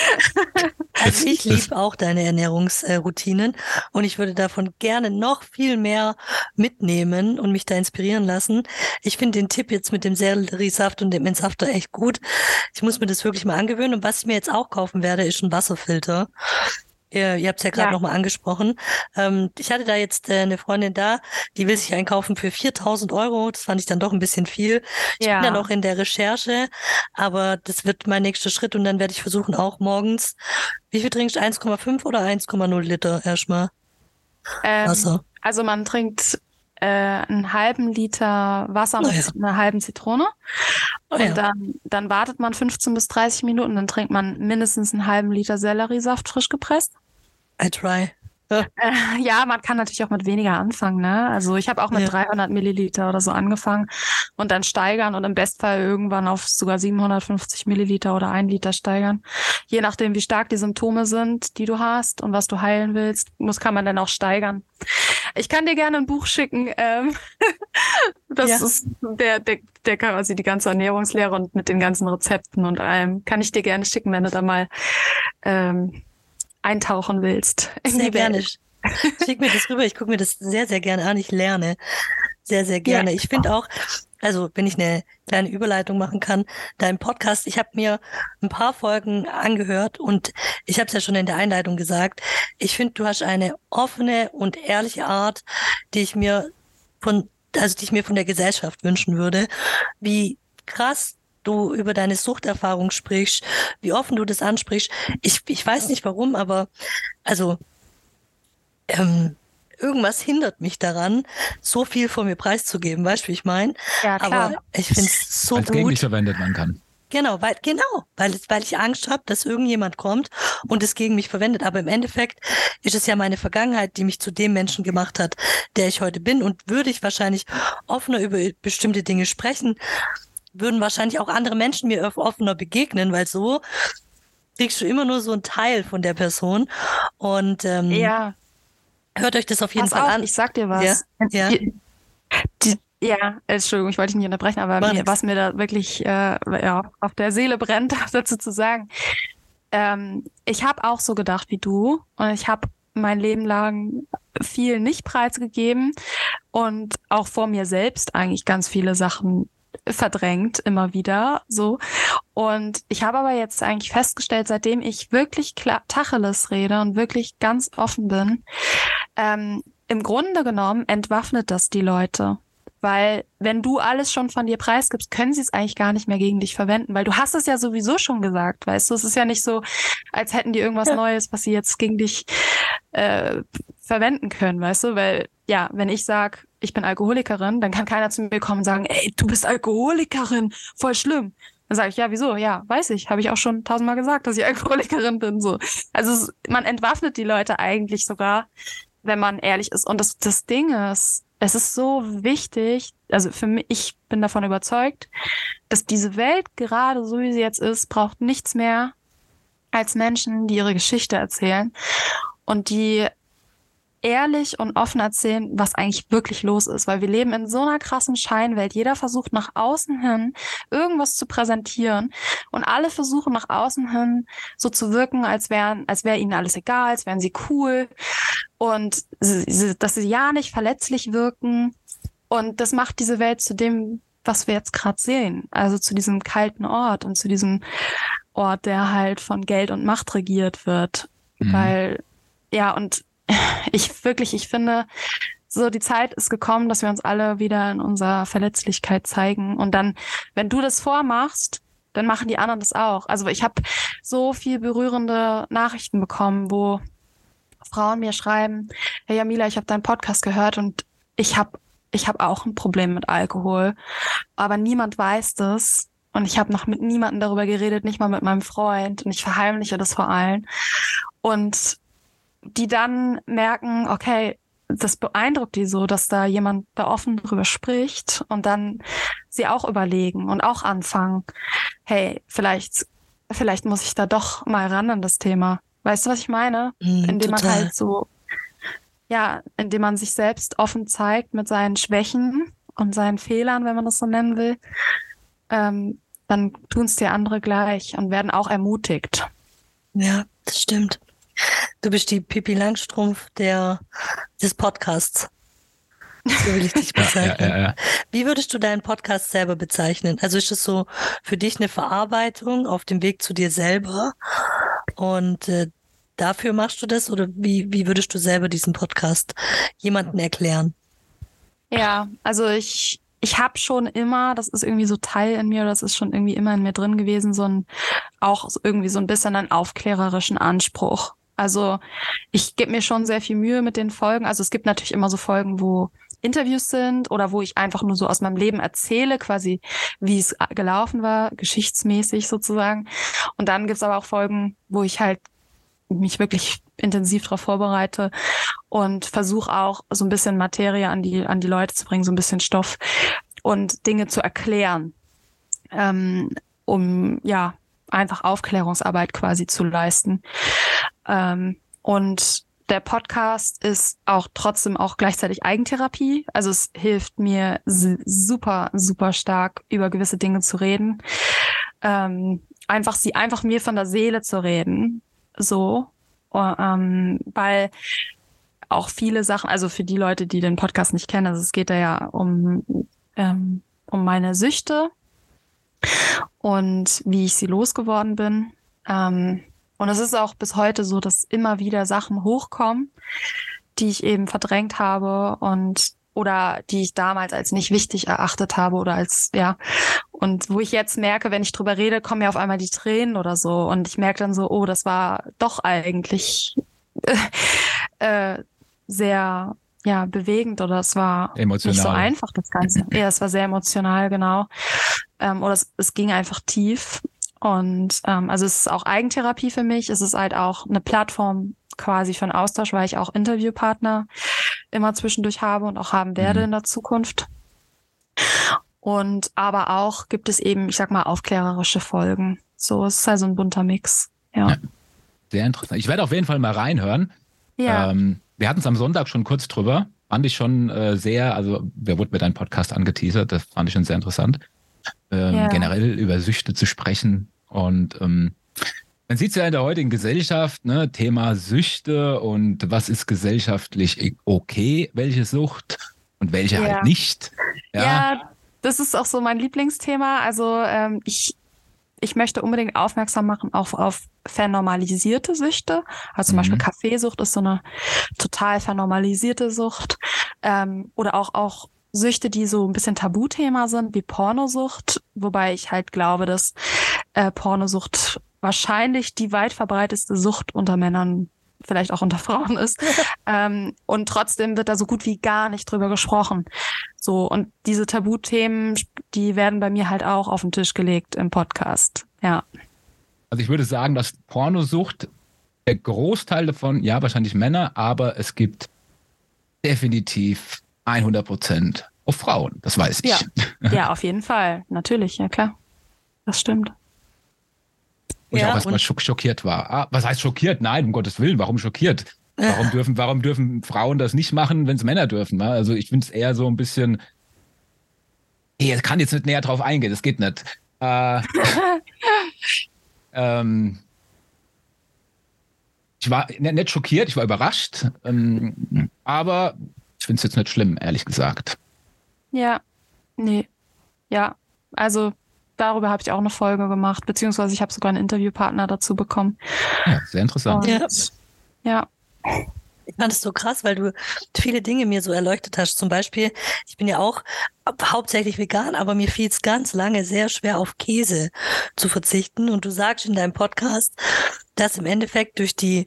Also ich liebe auch deine Ernährungsroutinen und ich würde davon gerne noch viel mehr mitnehmen und mich da inspirieren lassen. Ich finde den Tipp jetzt mit dem Selleriesaft und dem Entsafter echt gut. Ich muss mir das wirklich mal angewöhnen und was ich mir jetzt auch kaufen werde, ist ein Wasserfilter. Ihr habt es ja gerade nochmal angesprochen. Ich hatte da jetzt eine Freundin da, die will sich einkaufen für 4.000 Euro. Das fand ich dann doch ein bisschen viel. Ich bin da noch in der Recherche, aber das wird mein nächster Schritt und dann werde ich versuchen, auch morgens, wie viel trinkst du? 1,5 oder 1,0 Liter erstmal Wasser? Also man trinkt einen halben Liter Wasser mit einer halben Zitrone. Und dann wartet man 15 bis 30 Minuten, dann trinkt man mindestens einen halben Liter Selleriesaft frisch gepresst. I try. Ja, man kann natürlich auch mit weniger anfangen, ne? Also ich habe auch mit 300 Milliliter oder so angefangen und dann steigern und im Bestfall irgendwann auf sogar 750 Milliliter oder 1 Liter steigern. Je nachdem, wie stark die Symptome sind, die du hast und was du heilen willst, kann man dann auch steigern. Ich kann dir gerne ein Buch schicken. Das ist der quasi die ganze Ernährungslehre und mit den ganzen Rezepten und allem. Kann ich dir gerne schicken, wenn du da mal eintauchen willst. Sehr gerne. Schick mir das rüber. Ich gucke mir das sehr, sehr gerne an. Ich lerne sehr, sehr gerne. Ich finde auch, also wenn ich eine kleine Überleitung machen kann, dein Podcast, ich habe mir ein paar Folgen angehört und ich habe es ja schon in der Einleitung gesagt, ich finde, du hast eine offene und ehrliche Art, die ich mir von der Gesellschaft wünschen würde, wie krass du über deine Suchterfahrung sprichst, wie offen du das ansprichst. Ich weiß nicht warum, aber also irgendwas hindert mich daran, so viel von mir preiszugeben, weißt du, wie ich meine? Ja, klar. Aber ich finde es so Als gegen gut. dich verwendet man kann. Genau, weil ich Angst habe, dass irgendjemand kommt und es gegen mich verwendet. Aber im Endeffekt ist es ja meine Vergangenheit, die mich zu dem Menschen gemacht hat, der ich heute bin. Und würde ich wahrscheinlich offener über bestimmte Dinge sprechen, würden wahrscheinlich auch andere Menschen mir offener begegnen, weil so kriegst du immer nur so einen Teil von der Person. Und hört euch das auf jeden Fall an. Ich sag dir was. Ja. Ja, Entschuldigung, ich wollte dich nicht unterbrechen, aber War nix. was mir da wirklich auf der Seele brennt, dazu zu sagen. Ich habe auch so gedacht wie du und ich habe mein Leben lang viel nicht preisgegeben und auch vor mir selbst eigentlich ganz viele Sachen verdrängt, immer wieder so. Und ich habe aber jetzt eigentlich festgestellt, seitdem ich wirklich klar Tacheles rede und wirklich ganz offen bin, im Grunde genommen entwaffnet das die Leute. Weil wenn du alles schon von dir preisgibst, können sie es eigentlich gar nicht mehr gegen dich verwenden, weil du hast es ja sowieso schon gesagt, weißt du? Es ist ja nicht so, als hätten die irgendwas Neues, was sie jetzt gegen dich verwenden können, weißt du? Weil ja, wenn ich sag, ich bin Alkoholikerin, dann kann keiner zu mir kommen und sagen, ey, du bist Alkoholikerin, voll schlimm. Dann sage ich, ja, wieso? Ja, weiß ich, habe ich auch schon 1000-mal gesagt, dass ich Alkoholikerin bin. So, also man entwaffnet die Leute eigentlich sogar, wenn man ehrlich ist. Und das Ding ist, es ist so wichtig, also für mich, ich bin davon überzeugt, dass diese Welt gerade so, wie sie jetzt ist, braucht nichts mehr als Menschen, die ihre Geschichte erzählen und die ehrlich und offen erzählen, was eigentlich wirklich los ist, weil wir leben in so einer krassen Scheinwelt. Jeder versucht nach außen hin irgendwas zu präsentieren und alle versuchen nach außen hin so zu wirken, als wäre ihnen alles egal, als wären sie cool und dass sie ja nicht verletzlich wirken und das macht diese Welt zu dem, was wir jetzt gerade sehen, also zu diesem kalten Ort und zu diesem Ort, der halt von Geld und Macht regiert wird, weil ja und ich finde, so die Zeit ist gekommen, dass wir uns alle wieder in unserer Verletzlichkeit zeigen. Und dann, wenn du das vormachst, dann machen die anderen das auch. Also ich habe so viel berührende Nachrichten bekommen, wo Frauen mir schreiben, hey Jamila, ich habe deinen Podcast gehört und ich hab auch ein Problem mit Alkohol, aber niemand weiß das. Und ich habe noch mit niemandem darüber geredet, nicht mal mit meinem Freund. Und ich verheimliche das vor allen. Und die dann merken, okay, das beeindruckt die so, dass da jemand da offen drüber spricht und dann sie auch überlegen und auch anfangen, hey, vielleicht muss ich da doch mal ran an das Thema. Weißt du, was ich meine? Indem man halt so, ja, indem man sich selbst offen zeigt mit seinen Schwächen und seinen Fehlern, wenn man das so nennen will, dann tun es dir andere gleich und werden auch ermutigt. Ja, das stimmt. Du bist die Pippi Langstrumpf des Podcasts. So will ich dich bezeichnen. Ja. Wie würdest du deinen Podcast selber bezeichnen? Also ist es so für dich eine Verarbeitung auf dem Weg zu dir selber? Und dafür machst du das? Oder wie würdest du selber diesen Podcast jemandem erklären? Ja, also ich habe schon immer, das ist irgendwie so Teil in mir, das ist schon irgendwie immer in mir drin gewesen, auch irgendwie so ein bisschen einen aufklärerischen Anspruch. Also ich gebe mir schon sehr viel Mühe mit den Folgen. Also es gibt natürlich immer so Folgen, wo Interviews sind oder wo ich einfach nur so aus meinem Leben erzähle, quasi wie es gelaufen war, geschichtsmäßig sozusagen. Und dann gibt's aber auch Folgen, wo ich halt mich wirklich intensiv darauf vorbereite und versuche auch so ein bisschen Materie an die Leute zu bringen, so ein bisschen Stoff und Dinge zu erklären, um ja einfach Aufklärungsarbeit quasi zu leisten. Und der Podcast ist auch trotzdem auch gleichzeitig Eigentherapie. Also es hilft mir super, super stark, über gewisse Dinge zu reden. Einfach mir von der Seele zu reden. So. Weil auch viele Sachen, also für die Leute, die den Podcast nicht kennen, also es geht da ja um meine Süchte und wie ich sie losgeworden bin. Und es ist auch bis heute so, dass immer wieder Sachen hochkommen, die ich eben verdrängt habe oder die ich damals als nicht wichtig erachtet habe oder als, ja. Und wo ich jetzt merke, wenn ich drüber rede, kommen mir auf einmal die Tränen oder so. Und ich merke dann so, oh, das war doch eigentlich sehr, ja, bewegend oder es war emotional. Nicht so einfach, das Ganze. Ja, es war sehr emotional, genau. Oder es ging einfach tief. Und also es ist auch Eigentherapie für mich. Es ist halt auch eine Plattform quasi für einen Austausch, weil ich auch Interviewpartner immer zwischendurch habe und auch haben werde in der Zukunft. Und aber auch gibt es eben, ich sag mal, aufklärerische Folgen. So, es ist also ein bunter Mix. Ja. Sehr interessant. Ich werde auf jeden Fall mal reinhören. Ja. Wir hatten es am Sonntag schon kurz drüber. fand ich schon sehr, also wer wurde mir dein Podcast angeteasert, das fand ich schon sehr interessant. Generell über Süchte zu sprechen und man sieht es ja in der heutigen Gesellschaft, ne, Thema Süchte und was ist gesellschaftlich okay, welche Sucht und welche halt nicht. Ja, das ist auch so mein Lieblingsthema. Also ich möchte unbedingt aufmerksam machen auch auf vernormalisierte Süchte. Also zum Beispiel Kaffeesucht ist so eine total vernormalisierte Sucht. Oder auch Süchte, die so ein bisschen Tabuthema sind, wie Pornosucht. Wobei ich halt glaube, dass Pornosucht wahrscheinlich die weit verbreitetste Sucht unter Männern, vielleicht auch unter Frauen ist. Und trotzdem wird da so gut wie gar nicht drüber gesprochen. So, und diese Tabuthemen, die werden bei mir halt auch auf den Tisch gelegt im Podcast. Ja. Also ich würde sagen, dass Pornosucht, der Großteil davon, ja, wahrscheinlich Männer, aber es gibt definitiv 100% auf Frauen. Das weiß ich. Ja, auf jeden Fall. Natürlich, ja klar. Das stimmt. Wo ich auch erstmal schockiert war. Was heißt schockiert? Nein, um Gottes Willen, warum schockiert? Warum dürfen Frauen das nicht machen, wenn es Männer dürfen? Also ich finde es eher so ein bisschen, ich kann jetzt nicht näher drauf eingehen, das geht nicht. Ich war nicht schockiert, ich war überrascht, aber ich finde es jetzt nicht schlimm, ehrlich gesagt. Ja, nee. Ja, also darüber habe ich auch eine Folge gemacht, beziehungsweise ich habe sogar einen Interviewpartner dazu bekommen. Ja, sehr interessant. Ja. Ich fand es so krass, weil du viele Dinge mir so erleuchtet hast. Zum Beispiel, ich bin ja auch hauptsächlich vegan, aber mir fiel es ganz lange sehr schwer, auf Käse zu verzichten. Und du sagst in deinem Podcast, dass im Endeffekt durch die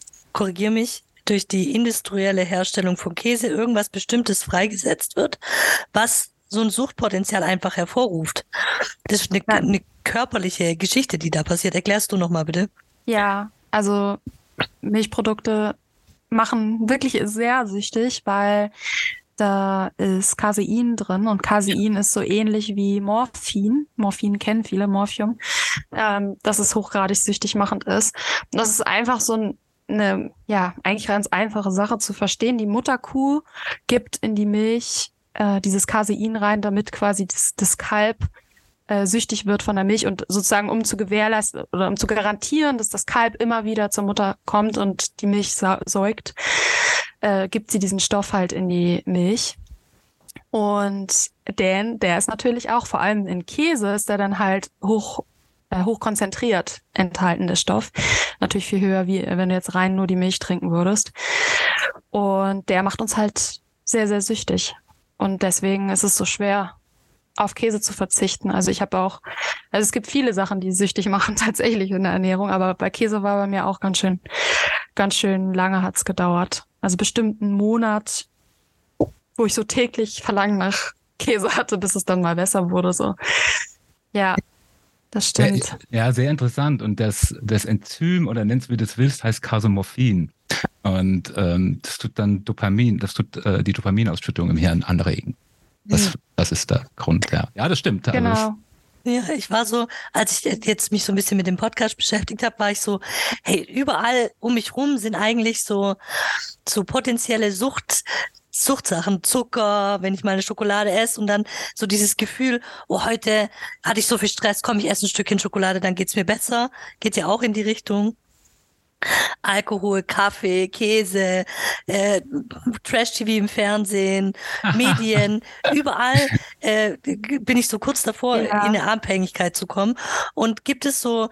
industrielle Herstellung von Käse irgendwas Bestimmtes freigesetzt wird, was so ein Suchtpotenzial einfach hervorruft. Das ist eine körperliche Geschichte, die da passiert. Erklärst du nochmal bitte? Ja, also Milchprodukte machen wirklich sehr süchtig, weil da ist Casein drin und Casein ist so ähnlich wie Morphin. Morphin kennen viele, Morphium, dass es hochgradig süchtig machend ist. Und das ist einfach so eine, eigentlich ganz einfache Sache zu verstehen. Die Mutterkuh gibt in die Milch dieses Casein rein, damit quasi das Kalb süchtig wird von der Milch und sozusagen um zu gewährleisten oder um zu garantieren, dass das Kalb immer wieder zur Mutter kommt und die Milch säugt, gibt sie diesen Stoff halt in die Milch. Und der ist natürlich auch, vor allem in Käse, ist der dann halt hoch konzentriert enthalten, der Stoff. Natürlich viel höher, wie wenn du jetzt rein nur die Milch trinken würdest. Und der macht uns halt sehr, sehr süchtig. Und deswegen ist es so schwer, auf Käse zu verzichten. Also es gibt viele Sachen, die süchtig machen tatsächlich in der Ernährung, aber bei Käse war bei mir auch ganz schön lange hat's gedauert. Also bestimmt einen Monat, wo ich so täglich Verlangen nach Käse hatte, bis es dann mal besser wurde. So. Ja, das stimmt. Ja, sehr interessant. Und das Enzym, oder nennst wie du das willst, heißt Casomorphin. Und das tut dann die Dopaminausschüttung im Hirn anregen. Das ist der Grund, ja. Ja, das stimmt. Genau. Also Ja, ich war so, als ich jetzt mich so ein bisschen mit dem Podcast beschäftigt habe, war ich so, hey, überall um mich rum sind eigentlich so potenzielle Suchtsachen, Zucker, wenn ich mal eine Schokolade esse und dann so dieses Gefühl, oh, heute hatte ich so viel Stress, komm, ich esse ein Stückchen Schokolade, dann geht's mir besser. Geht ja auch in die Richtung. Alkohol, Kaffee, Käse, Trash-TV im Fernsehen, Medien, überall bin ich so kurz davor, in eine Abhängigkeit zu kommen. Und gibt es so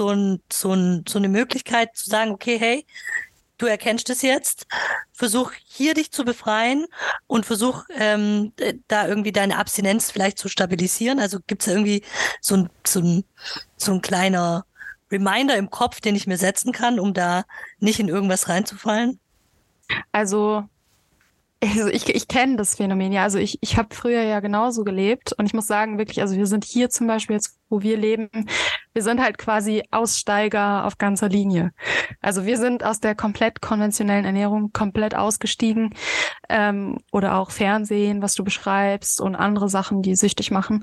eine Möglichkeit zu sagen, okay, hey, du erkennst es jetzt, versuch hier dich zu befreien und versuch da irgendwie deine Abstinenz vielleicht zu stabilisieren. Also gibt es irgendwie so ein kleiner Reminder im Kopf, den ich mir setzen kann, um da nicht in irgendwas reinzufallen? Also ich kenne das Phänomen, ja. Also ich habe früher ja genauso gelebt und ich muss sagen, wirklich, also wir sind hier zum Beispiel jetzt, wo wir leben, wir sind halt quasi Aussteiger auf ganzer Linie. Also wir sind aus der komplett konventionellen Ernährung komplett ausgestiegen, oder auch Fernsehen, was du beschreibst und andere Sachen, die süchtig machen.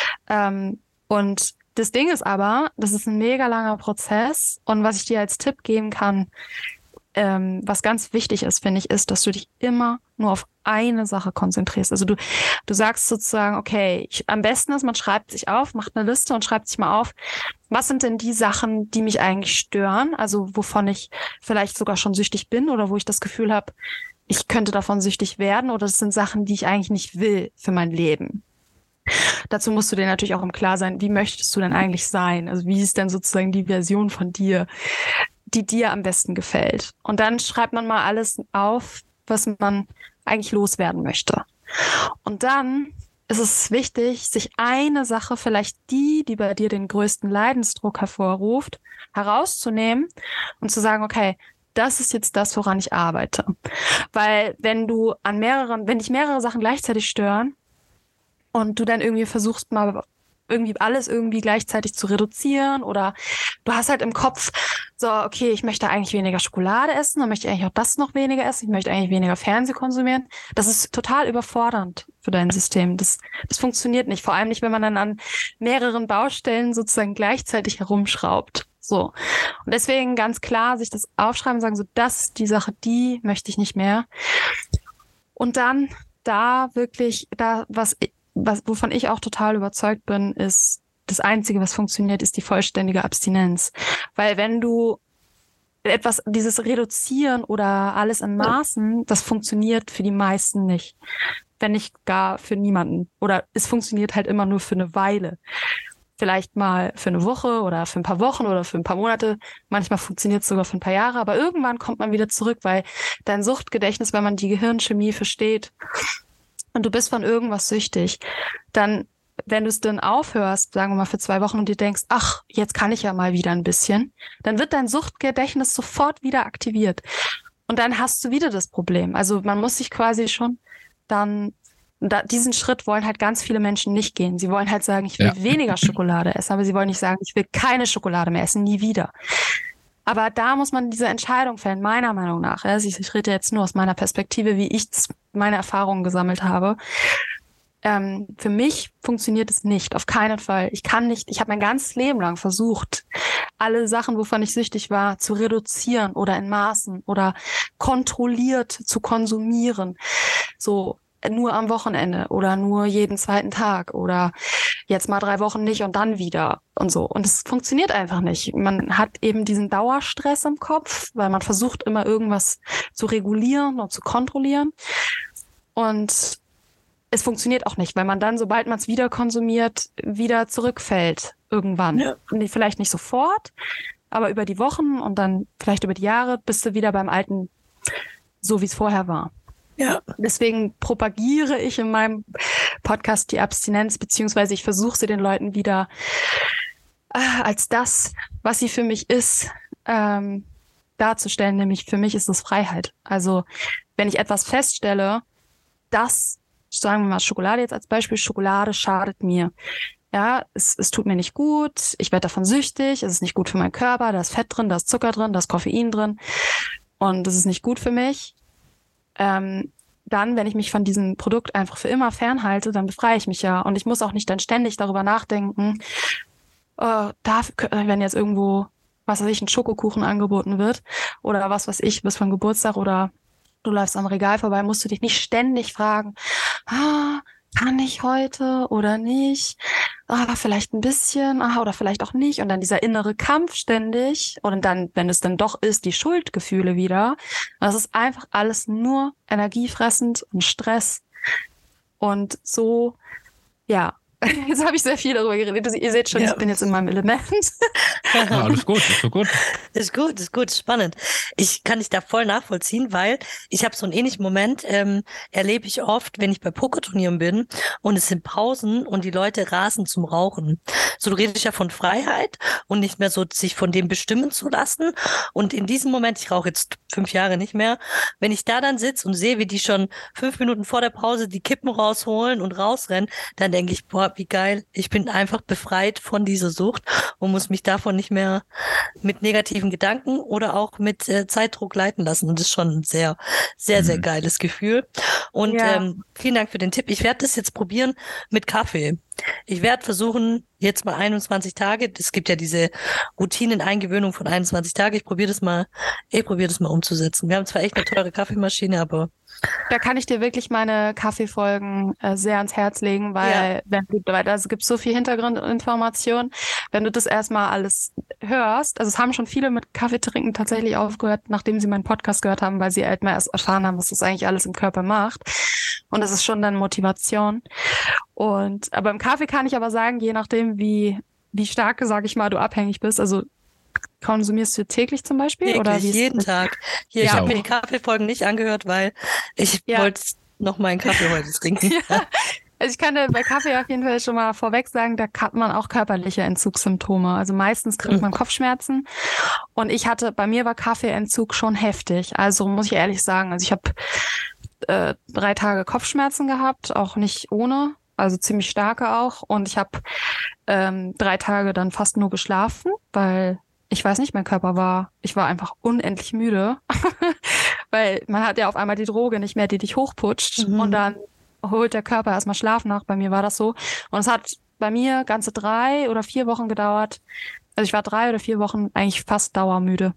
Und das Ding ist aber, das ist ein mega langer Prozess und was ich dir als Tipp geben kann, was ganz wichtig ist, finde ich, ist, dass du dich immer nur auf eine Sache konzentrierst. Also du sagst sozusagen, okay, am besten ist, man schreibt sich auf, macht eine Liste und schreibt sich mal auf, was sind denn die Sachen, die mich eigentlich stören, also wovon ich vielleicht sogar schon süchtig bin oder wo ich das Gefühl habe, ich könnte davon süchtig werden, oder das sind Sachen, die ich eigentlich nicht will für mein Leben. Dazu musst du dir natürlich auch im Klaren sein, wie möchtest du denn eigentlich sein? Also wie ist denn sozusagen die Version von dir, die dir am besten gefällt? Und dann schreibt man mal alles auf, was man eigentlich loswerden möchte. Und dann ist es wichtig, sich eine Sache, vielleicht die bei dir den größten Leidensdruck hervorruft, herauszunehmen und zu sagen, okay, das ist jetzt das, woran ich arbeite. Weil wenn dich mehrere Sachen gleichzeitig stören und du dann irgendwie versuchst mal irgendwie alles irgendwie gleichzeitig zu reduzieren, oder du hast halt im Kopf so, okay, ich möchte eigentlich weniger Schokolade essen, dann möchte ich eigentlich auch das noch weniger essen, ich möchte eigentlich weniger Fernsehen konsumieren. Das ist total überfordernd für dein System. Das funktioniert nicht, vor allem nicht, wenn man dann an mehreren Baustellen sozusagen gleichzeitig herumschraubt. So. Und deswegen ganz klar sich das aufschreiben und sagen, so, das ist die Sache, die möchte ich nicht mehr. Und dann wovon ich auch total überzeugt bin, ist, das Einzige, was funktioniert, ist die vollständige Abstinenz. Weil wenn du dieses Reduzieren oder alles in Maßen, das funktioniert für die meisten nicht. Wenn nicht gar für niemanden. Oder es funktioniert halt immer nur für eine Weile. Vielleicht mal für eine Woche oder für ein paar Wochen oder für ein paar Monate. Manchmal funktioniert es sogar für ein paar Jahre. Aber irgendwann kommt man wieder zurück, weil dein Suchtgedächtnis, wenn man die Gehirnchemie versteht, und du bist von irgendwas süchtig, dann, wenn du es dann aufhörst, sagen wir mal für 2 Wochen, und dir denkst, ach, jetzt kann ich ja mal wieder ein bisschen, dann wird dein Suchtgedächtnis sofort wieder aktiviert. Und dann hast du wieder das Problem. Also man muss sich quasi schon dann, diesen Schritt wollen halt ganz viele Menschen nicht gehen. Sie wollen halt sagen, ich will weniger Schokolade essen, aber sie wollen nicht sagen, ich will keine Schokolade mehr essen, nie wieder. Aber da muss man diese Entscheidung fällen, meiner Meinung nach. Ich rede jetzt nur aus meiner Perspektive, wie ich meine Erfahrungen gesammelt habe. Für mich funktioniert es nicht, auf keinen Fall. Ich habe mein ganzes Leben lang versucht, alle Sachen, wovon ich süchtig war, zu reduzieren oder in Maßen oder kontrolliert zu konsumieren. So nur am Wochenende oder nur jeden zweiten Tag oder jetzt mal 3 Wochen nicht und dann wieder und so. Und es funktioniert einfach nicht. Man hat eben diesen Dauerstress im Kopf, weil man versucht immer irgendwas zu regulieren und zu kontrollieren. Und es funktioniert auch nicht, weil man dann, sobald man es wieder konsumiert, wieder zurückfällt irgendwann. Ja. Vielleicht nicht sofort, aber über die Wochen und dann vielleicht über die Jahre bist du wieder beim Alten, so wie es vorher war. Ja. Deswegen propagiere ich in meinem Podcast die Abstinenz, beziehungsweise ich versuche sie den Leuten wieder als das, was sie für mich ist, darzustellen. Nämlich für mich ist es Freiheit. Also wenn ich etwas feststelle, dass, sagen wir mal Schokolade jetzt als Beispiel, Schokolade schadet mir. Ja, es tut mir nicht gut, ich werde davon süchtig, es ist nicht gut für meinen Körper, da ist Fett drin, da ist Zucker drin, da ist Koffein drin und das ist nicht gut für mich. Dann, wenn ich mich von diesem Produkt einfach für immer fernhalte, dann befreie ich mich ja. Und ich muss auch nicht dann ständig darüber nachdenken, wenn jetzt irgendwo, was weiß ich, ein Schokokuchen angeboten wird oder was weiß ich, bis von Geburtstag oder du läufst am Regal vorbei, musst du dich nicht ständig fragen, kann ich heute oder nicht? Vielleicht ein bisschen, oder vielleicht auch nicht. Und dann dieser innere Kampf ständig. Und dann, wenn es dann doch ist, die Schuldgefühle wieder. Das ist einfach alles nur energiefressend und Stress. Und so, ja. Jetzt habe ich sehr viel darüber geredet. Ihr seht schon, ich bin jetzt in meinem Element. Ja, alles gut, ist so gut. Ist gut, spannend. Ich kann dich da voll nachvollziehen, weil ich habe so einen ähnlichen Moment, erlebe ich oft, wenn ich bei Pokerturnieren bin und es sind Pausen und die Leute rasen zum Rauchen. So, du redest ja von Freiheit und nicht mehr so sich von dem bestimmen zu lassen. Und in diesem Moment, ich rauche jetzt 5 Jahre nicht mehr, wenn ich da dann sitze und sehe, wie die schon 5 Minuten vor der Pause die Kippen rausholen und rausrennen, dann denke ich, boah, wie geil, ich bin einfach befreit von dieser Sucht und muss mich davon nicht mehr mit negativen Gedanken oder auch mit Zeitdruck leiten lassen. Und das ist schon ein sehr, sehr, sehr geiles Gefühl. Und vielen Dank für den Tipp. Ich werde das jetzt probieren mit Kaffee. Ich werde versuchen, jetzt mal 21 Tage, es gibt ja diese Routinen-Eingewöhnung von 21 Tagen, ich probiere das mal umzusetzen. Wir haben zwar echt eine teure Kaffeemaschine, aber Da kann ich dir wirklich meine Kaffeefolgen sehr ans Herz legen, weil da gibt es so viel Hintergrundinformation. Wenn du das erstmal alles hörst, also es haben schon viele mit Kaffee trinken tatsächlich aufgehört, nachdem sie meinen Podcast gehört haben, weil sie halt mal erst erfahren haben, was das eigentlich alles im Körper macht. Und das ist schon dann Motivation. Aber im Kaffee kann ich aber sagen, je nachdem, wie stark, sage ich mal, du abhängig bist, also konsumierst du täglich zum Beispiel? Täglich, oder jeden Tag. Hier, ich habe mir die Kaffeefolgen nicht angehört, weil ich wollte noch meinen Kaffee heute trinken. Also ich kann dir bei Kaffee auf jeden Fall schon mal vorweg sagen, da hat man auch körperliche Entzugssymptome. Also meistens kriegt man Kopfschmerzen. Und bei mir war Kaffeeentzug schon heftig. Also muss ich ehrlich sagen, also ich habe 3 Tage Kopfschmerzen gehabt, auch nicht ohne, also ziemlich starke auch. Und ich habe 3 Tage dann fast nur geschlafen, weil ich weiß nicht, ich war einfach unendlich müde, weil man hat ja auf einmal die Droge nicht mehr, die dich hochputscht und dann holt der Körper erstmal Schlaf nach. Bei mir war das so. Und es hat bei mir ganze 3 oder 4 Wochen gedauert. Also ich war 3 oder 4 Wochen eigentlich fast dauermüde.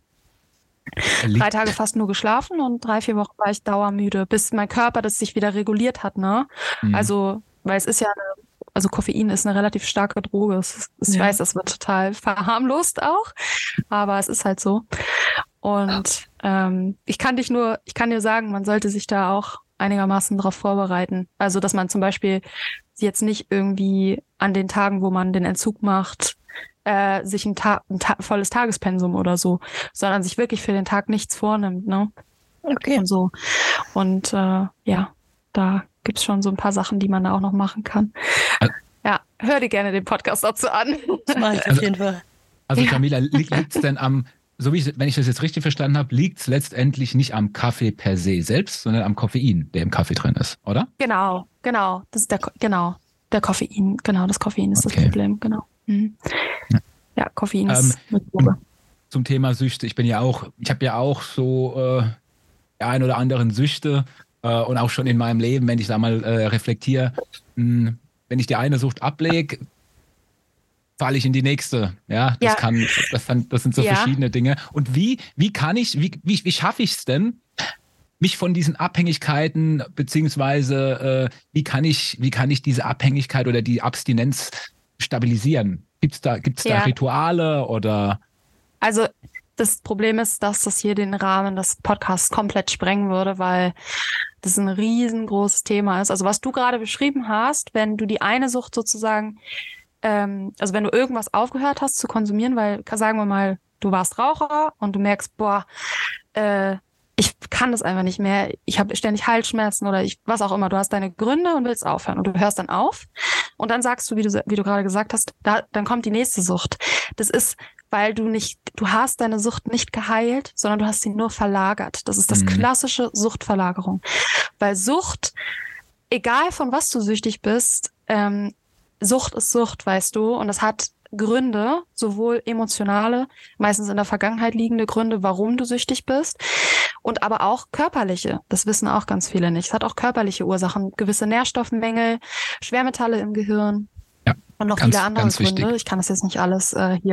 3 Tage fast nur geschlafen und 3, 4 Wochen war ich dauermüde, bis mein Körper das sich wieder reguliert hat, ne? Also, weil es ist ja also Koffein ist eine relativ starke Droge. Ich weiß, das wird total verharmlost auch, aber es ist halt so. Und ich kann dir sagen, man sollte sich da auch einigermaßen darauf vorbereiten. Also, dass man zum Beispiel jetzt nicht irgendwie an den Tagen, wo man den Entzug macht, sich ein volles Tagespensum oder so, sondern sich wirklich für den Tag nichts vornimmt, ne? Okay. Und so. Und da gibt's schon so ein paar Sachen, die man da auch noch machen kann. Ja, hör dir gerne den Podcast dazu an. Das mache ich auf jeden Fall. Also Camilla, liegt's denn wenn ich das jetzt richtig verstanden habe, liegt's letztendlich nicht am Kaffee per se selbst, sondern am Koffein, der im Kaffee drin ist, oder? Genau. Das ist der Koffein. Genau, das Koffein ist das Problem, genau. Ja, Koffein ist mit Droge. Zum Thema Süchte, ich habe ja auch so ein oder anderen Süchte und auch schon in meinem Leben, wenn ich da mal reflektiere, wenn ich die eine Sucht ablege, falle ich in die nächste. Ja, das sind so verschiedene Dinge. Und wie schaffe ich es denn, mich von diesen Abhängigkeiten, beziehungsweise wie kann ich diese Abhängigkeit oder die Abstinenz stabilisieren? Gibt's da Rituale oder? Also das Problem ist, dass das hier den Rahmen des Podcasts komplett sprengen würde, weil das ein riesengroßes Thema ist. Also was du gerade beschrieben hast, wenn du die eine Sucht sozusagen, also wenn du irgendwas aufgehört hast zu konsumieren, weil, sagen wir mal, du warst Raucher und du merkst, ich kann das einfach nicht mehr, ich habe ständig Halsschmerzen oder was auch immer, du hast deine Gründe und willst aufhören und du hörst dann auf und dann sagst du, wie du gerade gesagt hast, dann kommt die nächste Sucht. Das ist, weil du hast deine Sucht nicht geheilt, sondern du hast sie nur verlagert. Das ist das klassische Suchtverlagerung. Weil Sucht, egal von was du süchtig bist, Sucht ist Sucht, weißt du, und das hat Gründe, sowohl emotionale, meistens in der Vergangenheit liegende Gründe, warum du süchtig bist, und aber auch körperliche. Das wissen auch ganz viele nicht. Es hat auch körperliche Ursachen, gewisse Nährstoffmängel, Schwermetalle im Gehirn und noch viele andere Gründe. Wichtig. Ich kann das jetzt nicht alles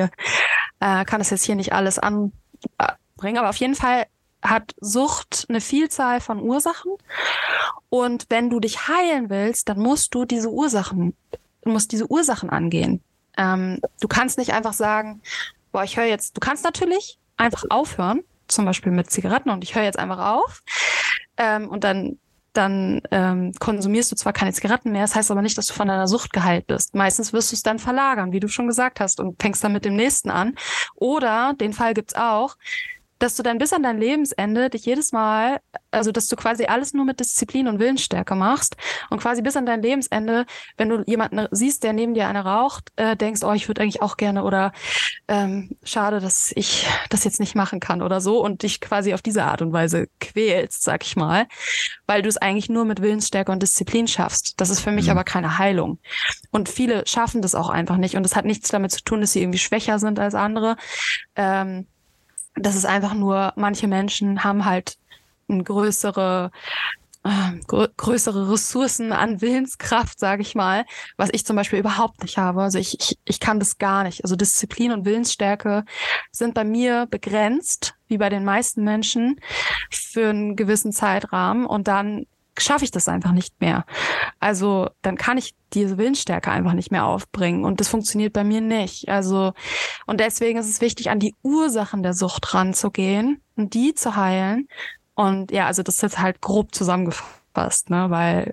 hier nicht anbringen, aber auf jeden Fall hat Sucht eine Vielzahl von Ursachen, und wenn du dich heilen willst, dann musst du diese Ursachen angehen. Du kannst nicht einfach sagen, du kannst natürlich einfach aufhören, zum Beispiel mit Zigaretten, und ich höre jetzt einfach auf, und dann konsumierst du zwar keine Zigaretten mehr, das heißt aber nicht, dass du von deiner Sucht geheilt bist. Meistens wirst du es dann verlagern, wie du schon gesagt hast, und fängst dann mit dem nächsten an. Oder, den Fall gibt's auch, dass du dann bis an dein Lebensende dich jedes Mal, also dass du quasi alles nur mit Disziplin und Willensstärke machst und quasi bis an dein Lebensende, wenn du jemanden siehst, der neben dir eine raucht, denkst, ich würde eigentlich auch gerne, oder schade, dass ich das jetzt nicht machen kann oder so, und dich quasi auf diese Art und Weise quälst, sag ich mal, weil du es eigentlich nur mit Willensstärke und Disziplin schaffst. Das ist für mich aber keine Heilung. Und viele schaffen das auch einfach nicht, und das hat nichts damit zu tun, dass sie irgendwie schwächer sind als andere. Das ist einfach nur, manche Menschen haben halt größere Ressourcen an Willenskraft, sage ich mal, was ich zum Beispiel überhaupt nicht habe. Also ich kann das gar nicht. Also Disziplin und Willensstärke sind bei mir begrenzt. wie bei den meisten Menschen, für einen gewissen Zeitrahmen und dann schaffe ich das einfach nicht mehr. Also dann kann ich diese Willensstärke einfach nicht mehr aufbringen und das funktioniert bei mir nicht. Also und deswegen ist es wichtig, an die Ursachen der Sucht ranzugehen und die zu heilen. Und ja, also das ist jetzt halt grob zusammengefasst, ne, weil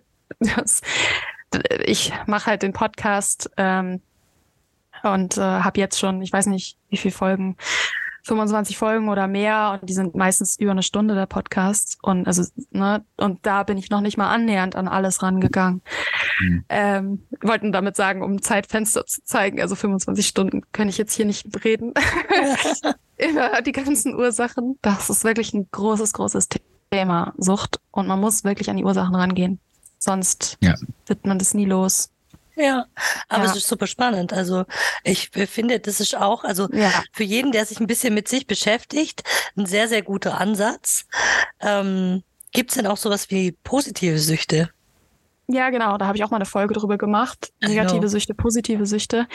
ich mache halt den Podcast und habe jetzt schon, ich weiß nicht, wie viele Folgen, 25 Folgen oder mehr und die sind meistens über eine Stunde der Podcast und also ne und da bin ich noch nicht mal annähernd an alles rangegangen. Wollten damit sagen, um Zeitfenster zu zeigen, also 25 Stunden kann ich jetzt hier nicht reden über die ganzen Ursachen. Das ist wirklich ein großes Thema, Sucht und man muss wirklich an die Ursachen rangehen, sonst wird man das nie los. Ja, aber es ist super spannend. Also ich finde, das ist auch, also für jeden, der sich ein bisschen mit sich beschäftigt, ein sehr, sehr guter Ansatz. Gibt es denn auch sowas wie positive Süchte? Ja, genau, da habe ich auch mal eine Folge drüber gemacht. Negative Süchte, positive Süchte.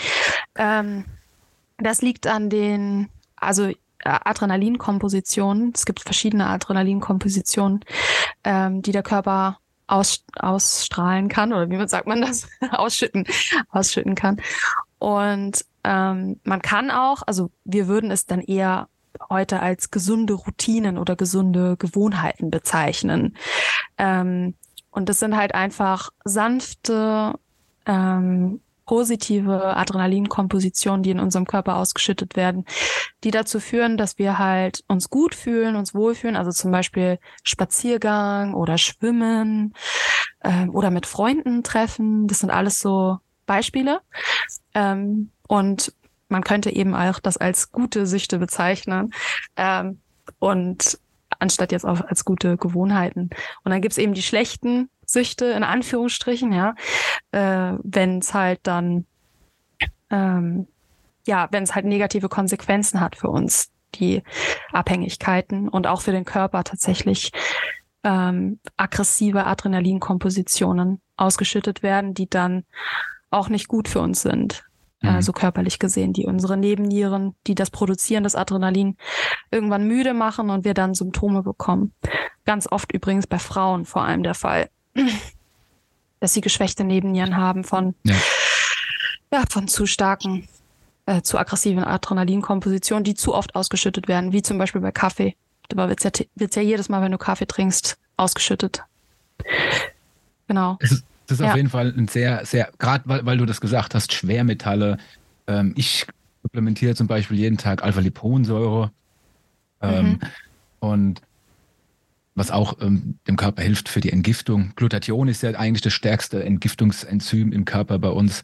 Das liegt an den, also Adrenalinkompositionen. Es gibt verschiedene Adrenalinkompositionen, die der Körper ausstrahlen kann, oder wie sagt man das? ausschütten kann. Und man kann auch, also wir würden es dann eher heute als gesunde Routinen oder gesunde Gewohnheiten bezeichnen. Und das sind halt einfach sanfte, positive Adrenalinkompositionen, die in unserem Körper ausgeschüttet werden, die dazu führen, dass wir halt uns gut fühlen, uns wohlfühlen, also zum Beispiel Spaziergang oder Schwimmen oder mit Freunden treffen. Das sind alles so Beispiele. Und man könnte eben auch das als gute Süchte bezeichnen. Und anstatt jetzt auch als gute Gewohnheiten. Und dann gibt's eben die schlechten Süchte, in Anführungsstrichen, wenn es halt dann, wenn es halt negative Konsequenzen hat für uns, die Abhängigkeiten und auch für den Körper tatsächlich aggressive Adrenalinkompositionen ausgeschüttet werden, die dann auch nicht gut für uns sind. So körperlich gesehen, die unsere Nebennieren, die das produzieren, das Adrenalin, irgendwann müde machen und wir dann Symptome bekommen. Ganz oft übrigens bei Frauen vor allem der Fall, dass sie geschwächte Nebennieren haben von zu starken, zu aggressiven Adrenalinkompositionen, die zu oft ausgeschüttet werden, wie zum Beispiel bei Kaffee. Da wird's ja jedes Mal, wenn du Kaffee trinkst, ausgeschüttet. Genau. Das ist auf jeden Fall ein sehr, sehr, gerade weil du das gesagt hast, Schwermetalle. Ich supplementiere zum Beispiel jeden Tag Alpha-Liponsäure. Und was auch dem Körper hilft für die Entgiftung. Glutathion ist ja eigentlich das stärkste Entgiftungsenzym im Körper bei uns.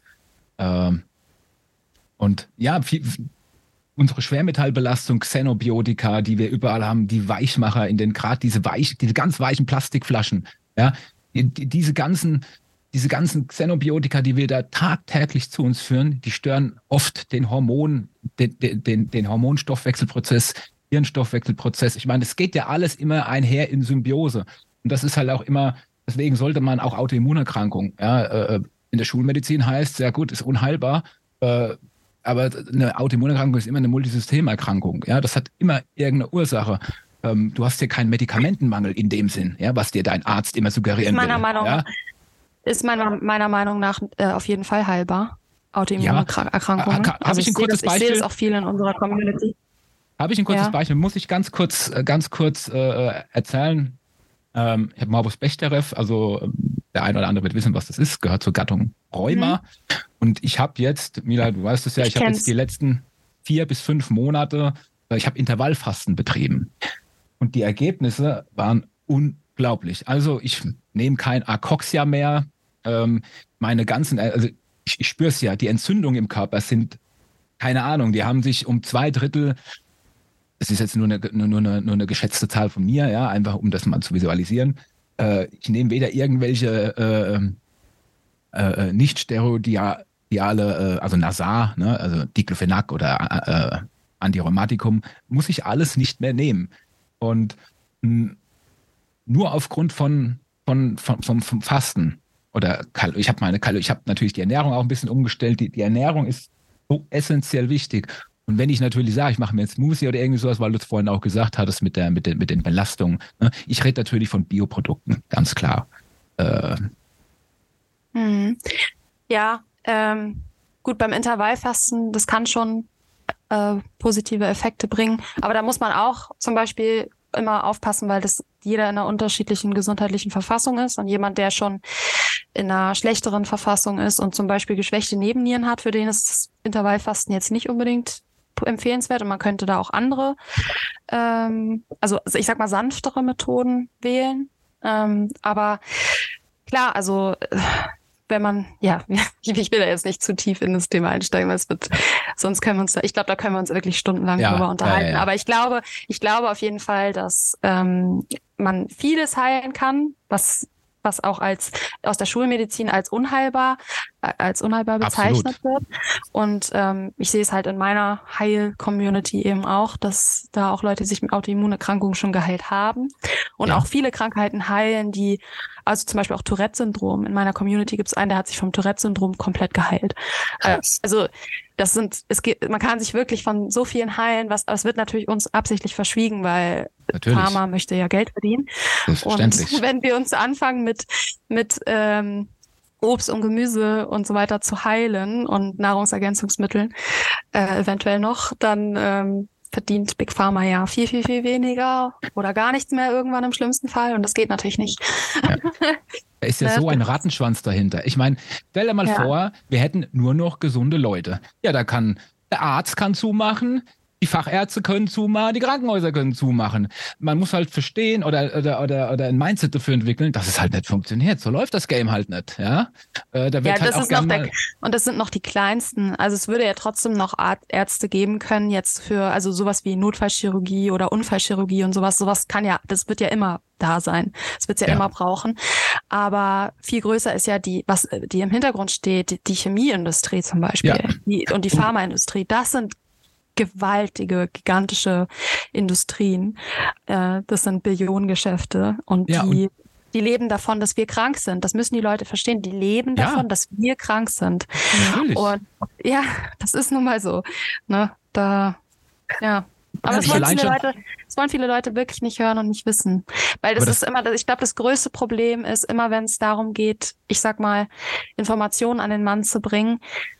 Und ja, unsere Schwermetallbelastung, Xenobiotika, die wir überall haben, die Weichmacher in den, gerade diese ganz weichen Plastikflaschen, ja, diese ganzen Xenobiotika, die wir da tagtäglich zu uns führen, die stören oft den Hormonstoffwechselprozess, Hirnstoffwechselprozess. Ich meine, es geht ja alles immer einher in Symbiose. Und das ist halt auch immer, deswegen sollte man auch Autoimmunerkrankungen, in der Schulmedizin heißt, ja gut, ist unheilbar, aber eine Autoimmunerkrankung ist immer eine Multisystemerkrankung. Ja, das hat immer irgendeine Ursache. Du hast hier keinen Medikamentenmangel in dem Sinn, ja, was dir dein Arzt immer suggerieren will. Ist meiner Meinung nach auf jeden Fall heilbar. Autoimmunerkrankungen. Habe ich ein kurzes Beispiel? Ich sehe das auch viel in unserer Community. Habe ich ein kurzes Beispiel? Muss ich ganz kurz erzählen. Ich habe Morbus Bechterew, also der eine oder andere wird wissen, was das ist, gehört zur Gattung Rheuma. Und ich habe jetzt, Mila, du weißt es ja, ich habe jetzt die letzten 4 bis 5 Monate, ich habe Intervallfasten betrieben. Und die Ergebnisse waren unglaublich. Also ich nehme kein Akoxia mehr. Meine ganzen, also ich spüre es ja, die Entzündungen im Körper sind, keine Ahnung, die haben sich um 2/3, es ist jetzt nur eine geschätzte Zahl von mir, ja, einfach um das mal zu visualisieren. Ich nehme weder irgendwelche nicht steroidale, also Nasar, ne, also Diclofenac oder Antirheumatikum, muss ich alles nicht mehr nehmen. Und nur aufgrund vom Fasten oder ich habe natürlich die Ernährung auch ein bisschen umgestellt. Die Ernährung ist so essentiell wichtig. Und wenn ich natürlich sage, ich mache mir jetzt Smoothie oder irgendwie sowas, weil du es vorhin auch gesagt hattest mit den Belastungen, ne? Ich rede natürlich von Bioprodukten, ganz klar. Ja, gut, beim Intervallfasten, das kann schon positive Effekte bringen. Aber da muss man auch zum Beispiel immer aufpassen, weil das jeder in einer unterschiedlichen gesundheitlichen Verfassung ist. Und jemand, der schon in einer schlechteren Verfassung ist und zum Beispiel geschwächte Nebennieren hat, für den ist das Intervallfasten jetzt nicht unbedingt empfehlenswert. Und man könnte da auch andere, also ich sag mal sanftere Methoden wählen. Aber klar, also wenn man, ja, ich will da jetzt nicht zu tief in das Thema einsteigen, weil sonst können wir uns, ich glaube, da können wir uns wirklich stundenlang drüber unterhalten. Ja. Aber ich glaube auf jeden Fall, dass man vieles heilen kann, was auch aus der Schulmedizin als unheilbar bezeichnet wird. Und ich sehe es halt in meiner Heil-Community eben auch, dass da auch Leute sich mit Autoimmunerkrankungen schon geheilt haben und auch viele Krankheiten heilen, also zum Beispiel auch Tourette-Syndrom. In meiner Community gibt es einen, der hat sich vom Tourette-Syndrom komplett geheilt. Also man kann sich wirklich von so vielen heilen, es wird natürlich uns absichtlich verschwiegen, weil Pharma möchte ja Geld verdienen. Und wenn wir uns anfangen mit Obst und Gemüse und so weiter zu heilen und Nahrungsergänzungsmitteln eventuell noch, dann verdient Big Pharma ja viel, viel, viel weniger oder gar nichts mehr irgendwann im schlimmsten Fall. Und das geht natürlich nicht. Ja. Da ist ja so ein Rattenschwanz dahinter. Ich meine, stell dir mal vor, wir hätten nur noch gesunde Leute. Ja, der Arzt kann zumachen, die Fachärzte können zumachen, die Krankenhäuser können zumachen. Man muss halt verstehen oder ein Mindset dafür entwickeln, dass es halt nicht funktioniert. So läuft das Game halt nicht. Ja, da wird halt das auch ist und das sind noch die kleinsten. Also es würde ja trotzdem noch Ärzte geben können jetzt also sowas wie Notfallchirurgie oder Unfallchirurgie und sowas. Sowas das wird ja immer da sein. Das wird es ja immer brauchen. Aber viel größer ist ja die im Hintergrund steht, die Chemieindustrie zum Beispiel und die Pharmaindustrie. Das sind gewaltige, gigantische Industrien. Das sind Billionengeschäfte und die leben davon, dass wir krank sind. Das müssen die Leute verstehen. Die leben davon, dass wir krank sind. Natürlich. Und ja, das ist nun mal so. Ne? Aber das wollen viele Leute wirklich nicht hören und nicht wissen. Weil ich glaube, das größte Problem ist immer, wenn es darum geht, ich sag mal, Informationen an den Mann zu bringen,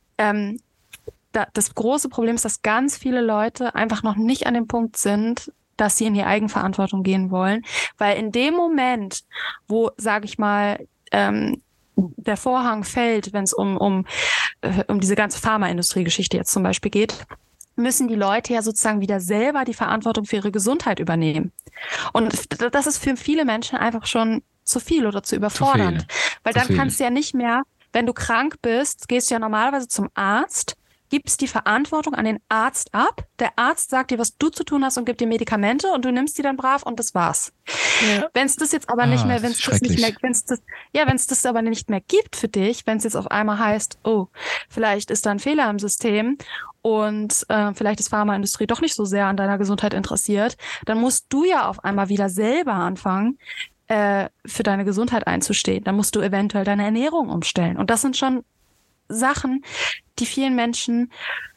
das große Problem ist, dass ganz viele Leute einfach noch nicht an dem Punkt sind, dass sie in die Eigenverantwortung gehen wollen. Weil in dem Moment, wo, sage ich mal, der Vorhang fällt, wenn es um diese ganze Pharmaindustrie-Geschichte jetzt zum Beispiel geht, müssen die Leute ja sozusagen wieder selber die Verantwortung für ihre Gesundheit übernehmen. Und das ist für viele Menschen einfach schon zu viel oder zu überfordernd. Weil dann kannst du ja nicht mehr, wenn du krank bist, gehst du ja normalerweise zum Arzt, gibst die Verantwortung an den Arzt ab. Der Arzt sagt dir, was du zu tun hast und gibt dir Medikamente und du nimmst die dann brav und das war's. Ja. Wenn es das jetzt aber nicht mehr, wenn es das aber nicht mehr gibt für dich, wenn es jetzt auf einmal heißt, oh, vielleicht ist da ein Fehler im System und vielleicht ist Pharmaindustrie doch nicht so sehr an deiner Gesundheit interessiert, dann musst du ja auf einmal wieder selber anfangen, für deine Gesundheit einzustehen. Dann musst du eventuell deine Ernährung umstellen. Und das sind schon Sachen, die vielen Menschen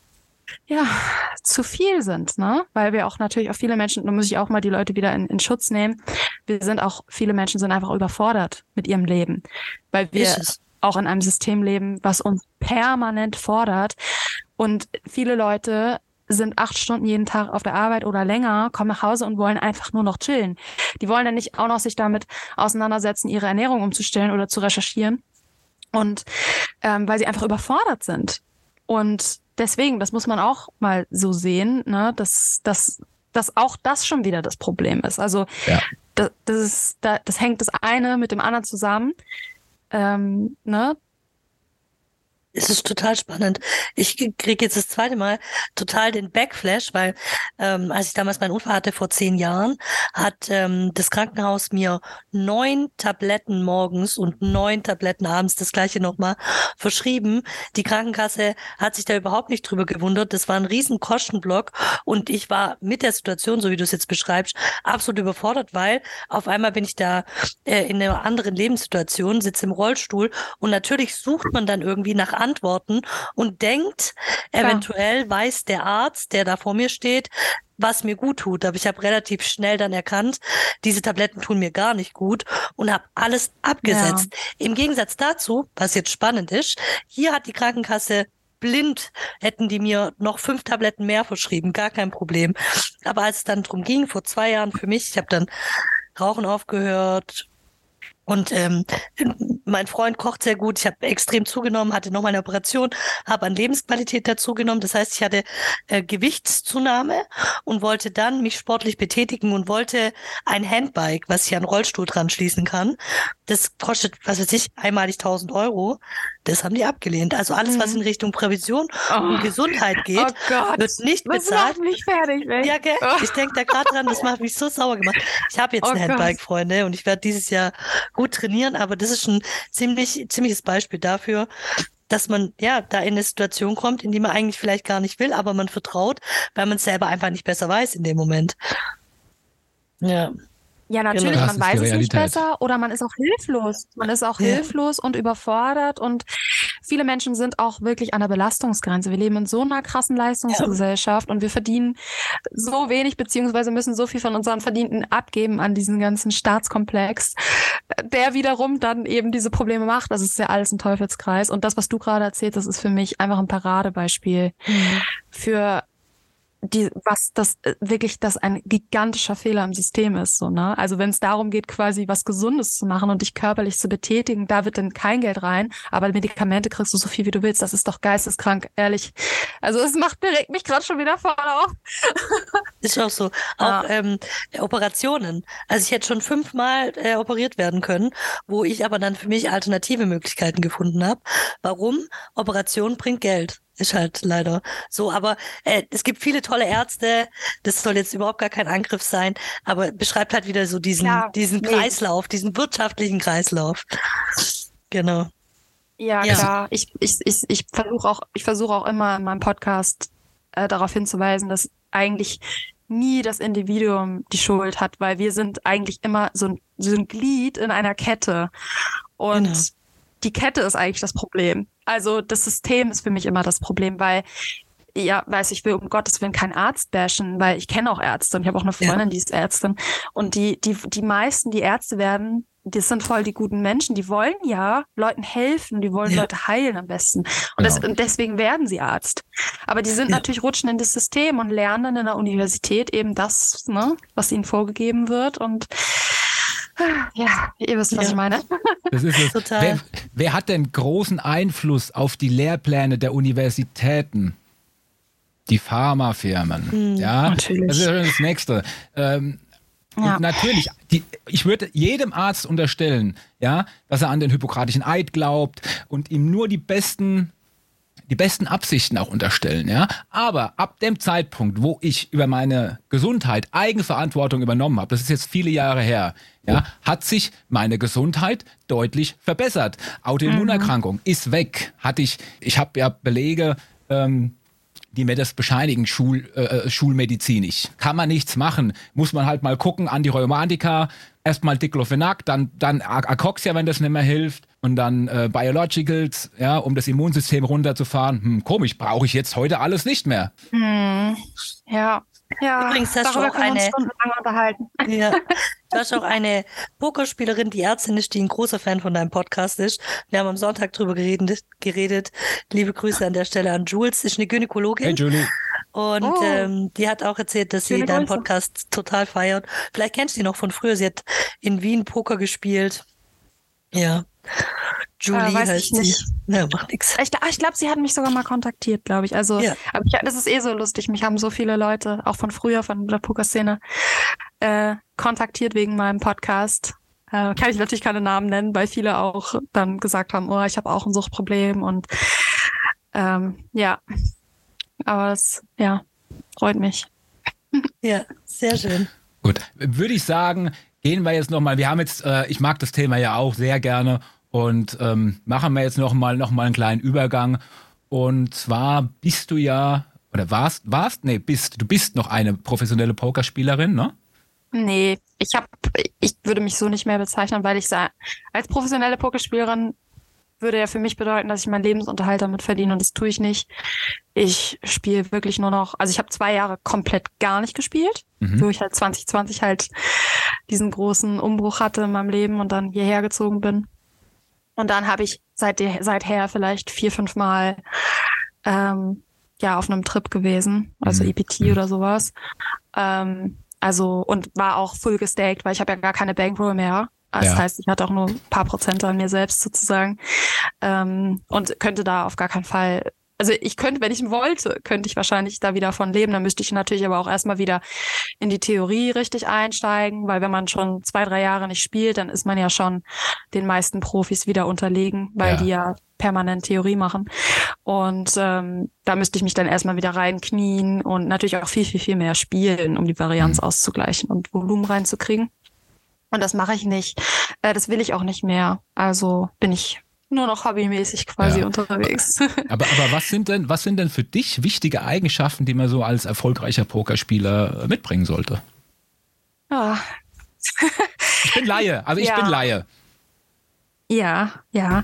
zu viel sind, ne? Weil wir auch natürlich viele Menschen, da muss ich auch mal die Leute wieder in Schutz nehmen, viele Menschen sind einfach überfordert mit ihrem Leben, weil wir auch in einem System leben, was uns permanent fordert und viele Leute sind 8 Stunden jeden Tag auf der Arbeit oder länger, kommen nach Hause und wollen einfach nur noch chillen. Die wollen dann nicht auch noch sich damit auseinandersetzen, ihre Ernährung umzustellen oder zu recherchieren. Und weil sie einfach überfordert sind. Und deswegen, das muss man auch mal so sehen, ne, dass auch das schon wieder das Problem ist. Also das hängt das eine mit dem anderen zusammen. Ne? Es ist total spannend. Ich kriege jetzt das zweite Mal total den Backflash, weil als ich damals meinen Unfall hatte vor 10 Jahren, hat das Krankenhaus mir 9 Tabletten morgens und 9 Tabletten abends, das gleiche nochmal, verschrieben. Die Krankenkasse hat sich da überhaupt nicht drüber gewundert. Das war ein riesen Kostenblock und ich war mit der Situation, so wie du es jetzt beschreibst, absolut überfordert, weil auf einmal bin ich da in einer anderen Lebenssituation, sitze im Rollstuhl und natürlich sucht man dann irgendwie nach Antworten und denkt, eventuell weiß der Arzt, der da vor mir steht, was mir gut tut. Aber ich habe relativ schnell dann erkannt, diese Tabletten tun mir gar nicht gut und habe alles abgesetzt. Im Gegensatz dazu, was jetzt spannend ist, hier hat die Krankenkasse blind, hätten die mir noch 5 Tabletten mehr verschrieben, gar kein Problem. Aber als es dann drum ging, vor 2 Jahren für mich, ich habe dann Rauchen aufgehört. Und mein Freund kocht sehr gut. Ich habe extrem zugenommen, hatte nochmal eine Operation, habe an Lebensqualität dazu genommen. Das heißt, ich hatte Gewichtszunahme und wollte dann mich sportlich betätigen und wollte ein Handbike, was ich an den Rollstuhl dran schließen kann. Das kostet, was weiß ich, einmalig 1.000 Euro. Das haben die abgelehnt. Also alles, was in Richtung Prävention und Gesundheit geht, wird nicht bezahlt. Das macht mich fertig, ey. Ja, gell? Ich denke da gerade dran, das macht mich so sauer gemacht. Ich habe jetzt ein Handbike, Freunde, und ich werde dieses Jahr gut trainieren, aber das ist ein ziemliches Beispiel dafür, dass man ja da in eine Situation kommt, in die man eigentlich vielleicht gar nicht will, aber man vertraut, weil man es selber einfach nicht besser weiß in dem Moment. Ja. Ja, natürlich, Genau. man weiß es nicht besser oder man ist auch hilflos. Man ist auch hilflos und überfordert und viele Menschen sind auch wirklich an der Belastungsgrenze. Wir leben in so einer krassen Leistungsgesellschaft und wir verdienen so wenig beziehungsweise müssen so viel von unseren Verdienten abgeben an diesen ganzen Staatskomplex, der wiederum dann eben diese Probleme macht. Das ist ja alles ein Teufelskreis und das, was du gerade erzählt, das ist für mich einfach ein Paradebeispiel für das ein gigantischer Fehler im System ist, so, ne? Also wenn es darum geht, quasi was Gesundes zu machen und dich körperlich zu betätigen, da wird dann kein Geld rein, aber Medikamente kriegst du so viel, wie du willst. Das ist doch geisteskrank, ehrlich. Also es regt mich gerade schon wieder vorne auf. Ist auch so. Auch Operationen. Also ich hätte schon 5-mal operiert werden können, wo ich aber dann für mich alternative Möglichkeiten gefunden habe. Warum? Operation bringt Geld. Ist halt leider so, aber es gibt viele tolle Ärzte, das soll jetzt überhaupt gar kein Angriff sein, aber beschreibt halt wieder so diesen Kreislauf, diesen wirtschaftlichen Kreislauf. Genau. Ja, klar. Ich versuche auch immer in meinem Podcast darauf hinzuweisen, dass eigentlich nie das Individuum die Schuld hat, weil wir sind eigentlich immer so ein Glied in einer Kette und die Kette ist eigentlich das Problem. Also das System ist für mich immer das Problem, weil, ich will um Gottes Willen keinen Arzt bashen, weil ich kenne auch Ärzte und ich habe auch eine Freundin, die ist Ärztin. Und die meisten, die Ärzte werden, das sind voll die guten Menschen, die wollen ja Leuten helfen, die wollen Leute heilen am besten. Und deswegen werden sie Arzt. Aber die sind natürlich, rutschen in das System und lernen dann in der Universität eben das, ne, was ihnen vorgegeben wird und ja, ihr wisst, was ich meine. Das ist es. Total. Wer hat denn großen Einfluss auf die Lehrpläne der Universitäten? Die Pharmafirmen. Ja, natürlich. Das ist ja das Nächste. Und natürlich, ich würde jedem Arzt unterstellen, ja, dass er an den Hippokratischen Eid glaubt und ihm nur die besten Absichten auch unterstellen, ja. Aber ab dem Zeitpunkt, wo ich über meine Gesundheit Eigenverantwortung übernommen habe, das ist jetzt viele Jahre her, ja, hat sich meine Gesundheit deutlich verbessert. Autoimmunerkrankung ist weg. Ich habe ja Belege, die mir das bescheinigen, schulmedizinisch. Kann man nichts machen. Muss man halt mal gucken, Antirheumatika, erstmal Diclofenac, dann Acoxia, wenn das nicht mehr hilft. Und dann Biologicals, ja, um das Immunsystem runterzufahren. Komisch, brauche ich jetzt heute alles nicht mehr. Ja. Übrigens hast du auch du hast auch eine Pokerspielerin, die Ärztin ist, die ein großer Fan von deinem Podcast ist. Wir haben am Sonntag drüber geredet. Liebe Grüße an der Stelle an Jules, ist eine Gynäkologin. Hey Julie. Und die hat auch erzählt, dass sie deinen Podcast total feiert. Vielleicht kennst du die noch von früher. Sie hat in Wien Poker gespielt. Ja. Julie heißt sie. Ja, macht nichts. Ich glaube, sie hat mich sogar mal kontaktiert, glaube ich. Also, aber das ist so lustig. Mich haben so viele Leute, auch von früher, von der Pokerszene, kontaktiert wegen meinem Podcast. Kann ich natürlich keine Namen nennen, weil viele auch dann gesagt haben, ich habe auch ein Suchtproblem und aber das, freut mich. Ja, sehr schön. Gut, würde ich sagen, gehen wir jetzt nochmal, wir haben jetzt, ich mag das Thema ja auch sehr gerne und machen wir jetzt nochmal einen kleinen Übergang. Und zwar bist du ja, oder du bist noch eine professionelle Pokerspielerin, ne? Nee, ich würde mich so nicht mehr bezeichnen, weil ich als professionelle Pokerspielerin würde ja für mich bedeuten, dass ich meinen Lebensunterhalt damit verdiene und das tue ich nicht. Ich spiele wirklich nur noch, also ich habe 2 Jahre komplett gar nicht gespielt, wo ich halt 2020 halt diesen großen Umbruch hatte in meinem Leben und dann hierher gezogen bin. Und dann habe ich seither vielleicht 4, 5 Mal auf einem Trip gewesen, also EPT oder sowas. Also und war auch full gestaked, weil ich habe ja gar keine Bankroll mehr. Das heißt, ich hatte auch nur ein paar Prozent an mir selbst sozusagen und könnte da auf gar keinen Fall, also ich könnte, wenn ich wollte, könnte ich wahrscheinlich da wieder von leben. Dann müsste ich natürlich aber auch erstmal wieder in die Theorie richtig einsteigen, weil wenn man schon 2, 3 Jahre nicht spielt, dann ist man ja schon den meisten Profis wieder unterlegen, weil die ja permanent Theorie machen. Und da müsste ich mich dann erstmal wieder reinknien und natürlich auch viel, viel, viel mehr spielen, um die Varianz auszugleichen und Volumen reinzukriegen. Und das mache ich nicht. Das will ich auch nicht mehr. Also bin ich nur noch hobbymäßig quasi unterwegs. Aber was sind denn für dich wichtige Eigenschaften, die man so als erfolgreicher Pokerspieler mitbringen sollte? Ja. Ich bin Laie. Ich bin Laie. Ja. Ja,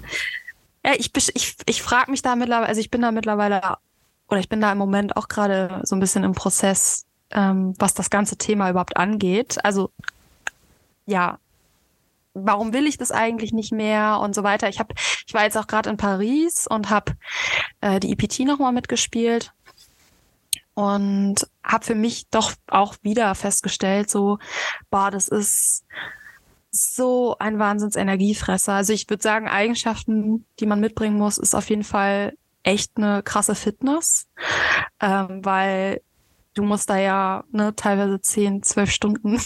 ich frage mich da mittlerweile, also ich bin da mittlerweile, oder ich bin da im Moment auch gerade so ein bisschen im Prozess, was das ganze Thema überhaupt angeht. Also ja, warum will ich das eigentlich nicht mehr und so weiter. Ich war jetzt auch gerade in Paris und habe die EPT nochmal mitgespielt und habe für mich doch auch wieder festgestellt, so, das ist so ein Wahnsinns-Energiefresser. Also ich würde sagen, Eigenschaften, die man mitbringen muss, ist auf jeden Fall echt eine krasse Fitness, weil du musst da ja teilweise 10, 12 Stunden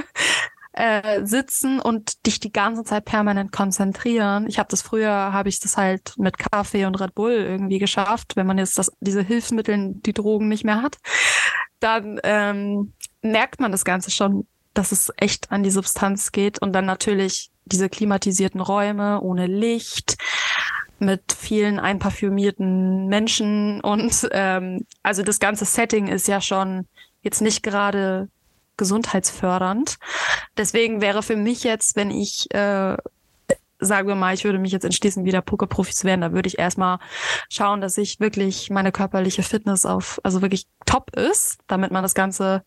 sitzen und dich die ganze Zeit permanent konzentrieren. Habe ich das halt mit Kaffee und Red Bull irgendwie geschafft. Wenn man jetzt diese Hilfsmittel, die Drogen nicht mehr hat, dann merkt man das Ganze schon, dass es echt an die Substanz geht. Und dann natürlich diese klimatisierten Räume ohne Licht, mit vielen einparfümierten Menschen und also das ganze Setting ist ja schon jetzt nicht gerade gesundheitsfördernd. Deswegen wäre für mich jetzt, wenn ich, sagen wir mal, ich würde mich jetzt entschließen, wieder Pokerprofi zu werden, da würde ich erstmal schauen, dass ich wirklich meine körperliche Fitness also wirklich top ist, damit man das Ganze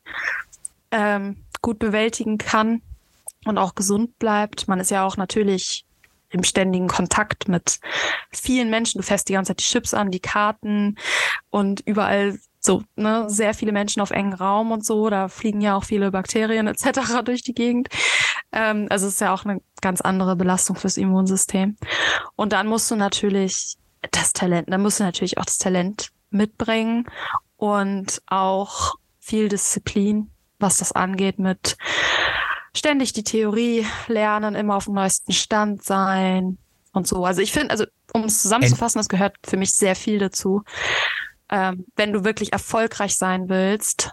gut bewältigen kann und auch gesund bleibt. Man ist ja auch natürlich im ständigen Kontakt mit vielen Menschen. Du fährst die ganze Zeit die Chips an, die Karten und überall so, sehr viele Menschen auf engen Raum und so. Da fliegen ja auch viele Bakterien etc. durch die Gegend. Also es ist ja auch eine ganz andere Belastung fürs Immunsystem. Und dann musst du natürlich auch das Talent mitbringen und auch viel Disziplin, was das angeht, mit ständig die Theorie lernen, immer auf dem neuesten Stand sein und so. Also ich finde, um es zusammenzufassen, das gehört für mich sehr viel dazu. Wenn du wirklich erfolgreich sein willst,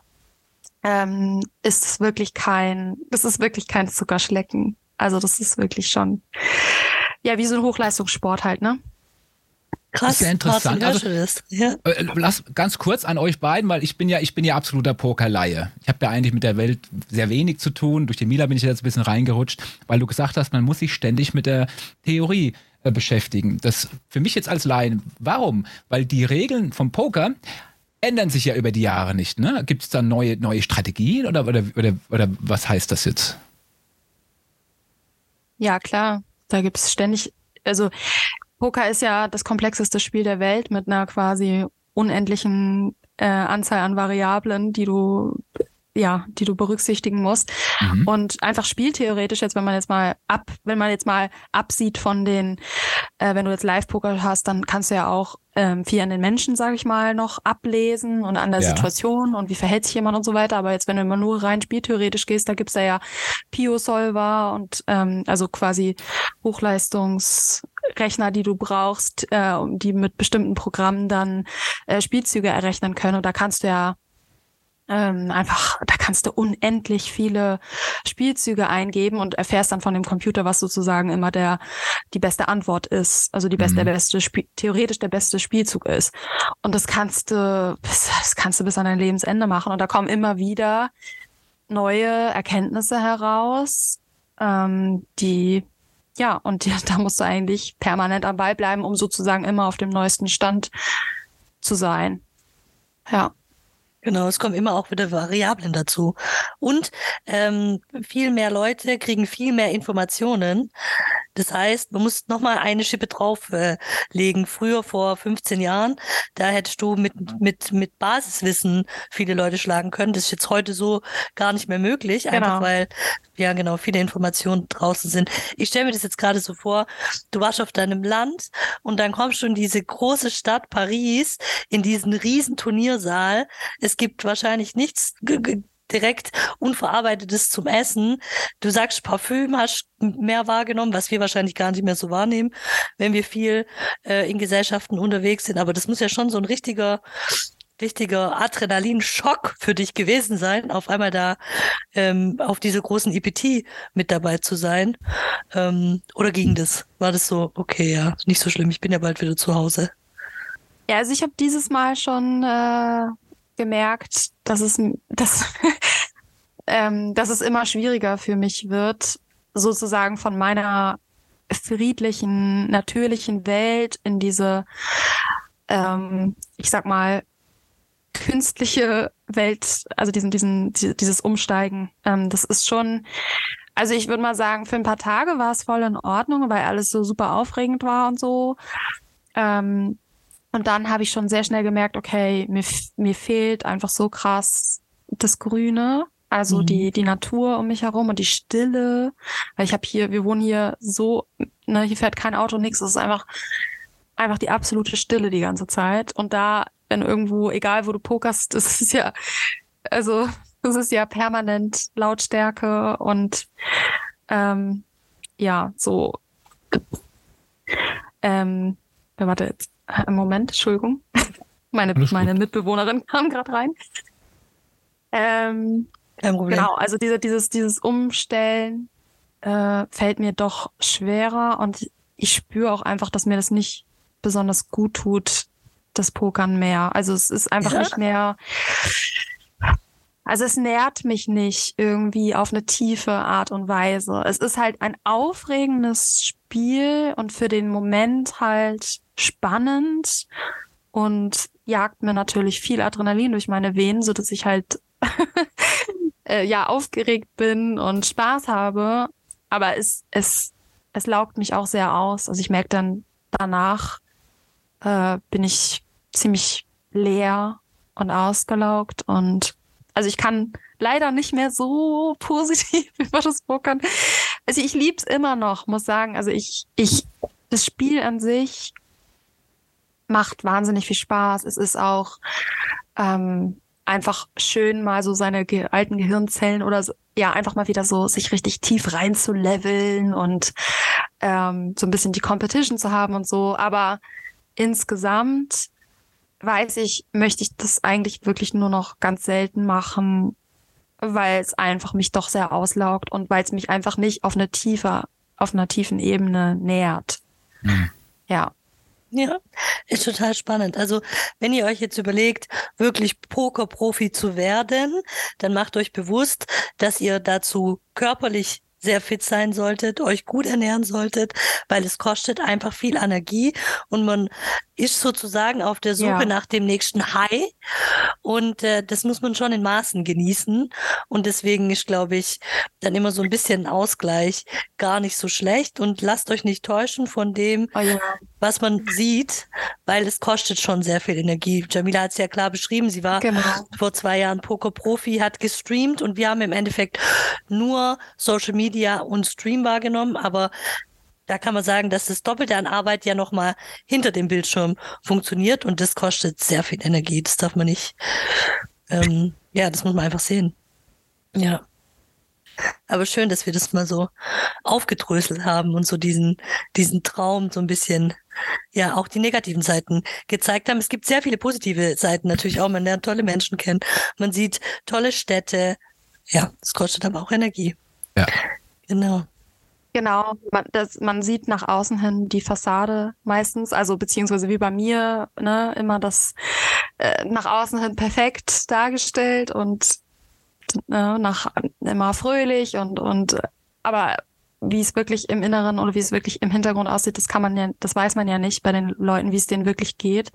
ist es wirklich kein Zuckerschlecken. Also das ist wirklich schon, ja, wie so ein Hochleistungssport halt, ne? Krass, sehr interessant. Lass ganz kurz an euch beiden, weil ich bin ja absoluter Pokerlaie. Ich habe ja eigentlich mit der Welt sehr wenig zu tun. Durch den Mila bin ich jetzt ein bisschen reingerutscht, weil du gesagt hast, man muss sich ständig mit der Theorie beschäftigen. Das für mich jetzt als Laien. Warum? Weil die Regeln vom Poker ändern sich ja über die Jahre nicht. Ne? Gibt es dann neue Strategien oder was heißt das jetzt? Ja, klar. Da gibt es ständig, also Poker ist ja das komplexeste Spiel der Welt mit einer quasi unendlichen Anzahl an Variablen, die du berücksichtigen musst. Und einfach spieltheoretisch jetzt, wenn man jetzt mal absieht von den, wenn du jetzt Live-Poker hast, dann kannst du ja auch viel an den Menschen, sage ich mal, noch ablesen und an der Situation und wie verhält sich jemand und so weiter. Aber jetzt, wenn du immer nur rein spieltheoretisch gehst, da gibt's ja Pio-Solver und also quasi Hochleistungsrechner, die du brauchst, die mit bestimmten Programmen dann Spielzüge errechnen können. Und da kannst du ja da kannst du unendlich viele Spielzüge eingeben und erfährst dann von dem Computer, was sozusagen immer die beste Antwort ist, also theoretisch der beste Spielzug ist. Und das kannst du bis an dein Lebensende machen. Und da kommen immer wieder neue Erkenntnisse heraus, die Ja, und da musst du eigentlich permanent am Ball bleiben, um sozusagen immer auf dem neuesten Stand zu sein. Ja. Genau, es kommen immer auch wieder Variablen dazu. Und viel mehr Leute kriegen viel mehr Informationen. Das heißt, man muss nochmal eine Schippe drauflegen. Früher, vor 15 Jahren, da hättest du mit Basiswissen viele Leute schlagen können. Das ist jetzt heute so gar nicht mehr möglich, einfach Genau. weil, ja genau, viele Informationen draußen sind. Ich stelle mir das jetzt gerade so vor, du warst auf deinem Land und dann kommst du in diese große Stadt Paris, in diesen riesen Turniersaal. Es gibt wahrscheinlich nichts direkt Unverarbeitetes zum Essen. Du sagst Parfüm, hast mehr wahrgenommen, was wir wahrscheinlich gar nicht mehr so wahrnehmen, wenn wir viel in Gesellschaften unterwegs sind. Aber das muss ja schon so ein richtiger Adrenalinschock für dich gewesen sein, auf einmal da auf diese großen EPT mit dabei zu sein. Oder ging das? War das so, okay, ja, nicht so schlimm, ich bin ja bald wieder zu Hause. Ja, also ich habe dieses Mal schon gemerkt, dass es immer schwieriger für mich wird, sozusagen von meiner friedlichen, natürlichen Welt in diese, ich sag mal, künstliche Welt, also dieses Umsteigen. Das ist schon, also ich würde mal sagen, für ein paar Tage war es voll in Ordnung, weil alles so super aufregend war und so. Und dann habe ich schon sehr schnell gemerkt, okay, mir fehlt einfach so krass das Grüne, also die Natur um mich herum und die Stille. Weil wir wohnen hier so, ne, hier fährt kein Auto, nichts. Es ist einfach die absolute Stille die ganze Zeit. Und da, wenn irgendwo, egal wo du pokerst, das ist ja permanent Lautstärke und ja, so warte jetzt. Moment, Entschuldigung. Meine Mitbewohnerin kam gerade rein. Kein Problem. Genau, also dieses Umstellen fällt mir doch schwerer und ich spüre auch einfach, dass mir das nicht besonders gut tut, das Pokern mehr. Also es ist einfach nicht mehr, also es nährt mich nicht irgendwie auf eine tiefe Art und Weise. Es ist halt ein aufregendes Spiel und für den Moment halt spannend und jagt mir natürlich viel Adrenalin durch meine Venen, so dass ich halt ja aufgeregt bin und Spaß habe. Aber es laugt mich auch sehr aus. Also ich merke dann danach bin ich ziemlich leer und ausgelaugt und also ich kann leider nicht mehr so positiv über das Pokern. Also ich lieb's immer noch, muss sagen. Also das Spiel an sich macht wahnsinnig viel Spaß. Es ist auch einfach schön, mal so seine alten Gehirnzellen oder so, ja, einfach mal wieder so sich richtig tief reinzuleveln und so ein bisschen die Competition zu haben und so. Aber insgesamt möchte ich das eigentlich wirklich nur noch ganz selten machen, weil es einfach mich doch sehr auslaugt und weil es mich einfach nicht auf einer tiefen Ebene nährt. Ja. Ja, ist total spannend. Also, wenn ihr euch jetzt überlegt, wirklich Pokerprofi zu werden, dann macht euch bewusst, dass ihr dazu körperlich sehr fit sein solltet, euch gut ernähren solltet, weil es kostet einfach viel Energie und man ist sozusagen auf der Suche nach dem nächsten High und das muss man schon in Maßen genießen und deswegen ist, glaube ich, dann immer so ein bisschen Ausgleich gar nicht so schlecht und lasst euch nicht täuschen von dem, was man sieht, weil es kostet schon sehr viel Energie. Jamila hat es ja klar beschrieben, sie war vor 2 Jahren Pokerprofi, hat gestreamt und wir haben im Endeffekt nur Social Media und Stream wahrgenommen, aber da kann man sagen, dass das Doppelte an Arbeit ja nochmal hinter dem Bildschirm funktioniert und das kostet sehr viel Energie. Das darf man nicht, das muss man einfach sehen. Ja. Aber schön, dass wir das mal so aufgedröselt haben und so diesen Traum so ein bisschen, ja, auch die negativen Seiten gezeigt haben. Es gibt sehr viele positive Seiten natürlich auch. Man lernt tolle Menschen kennen. Man sieht tolle Städte. Ja, es kostet aber auch Energie. Ja. Genau. Genau, man sieht nach außen hin die Fassade meistens, also beziehungsweise wie bei mir, ne, immer das nach außen hin perfekt dargestellt und immer fröhlich und aber wie es wirklich im Inneren oder wie es wirklich im Hintergrund aussieht, das weiß man ja nicht bei den Leuten, wie es denen wirklich geht.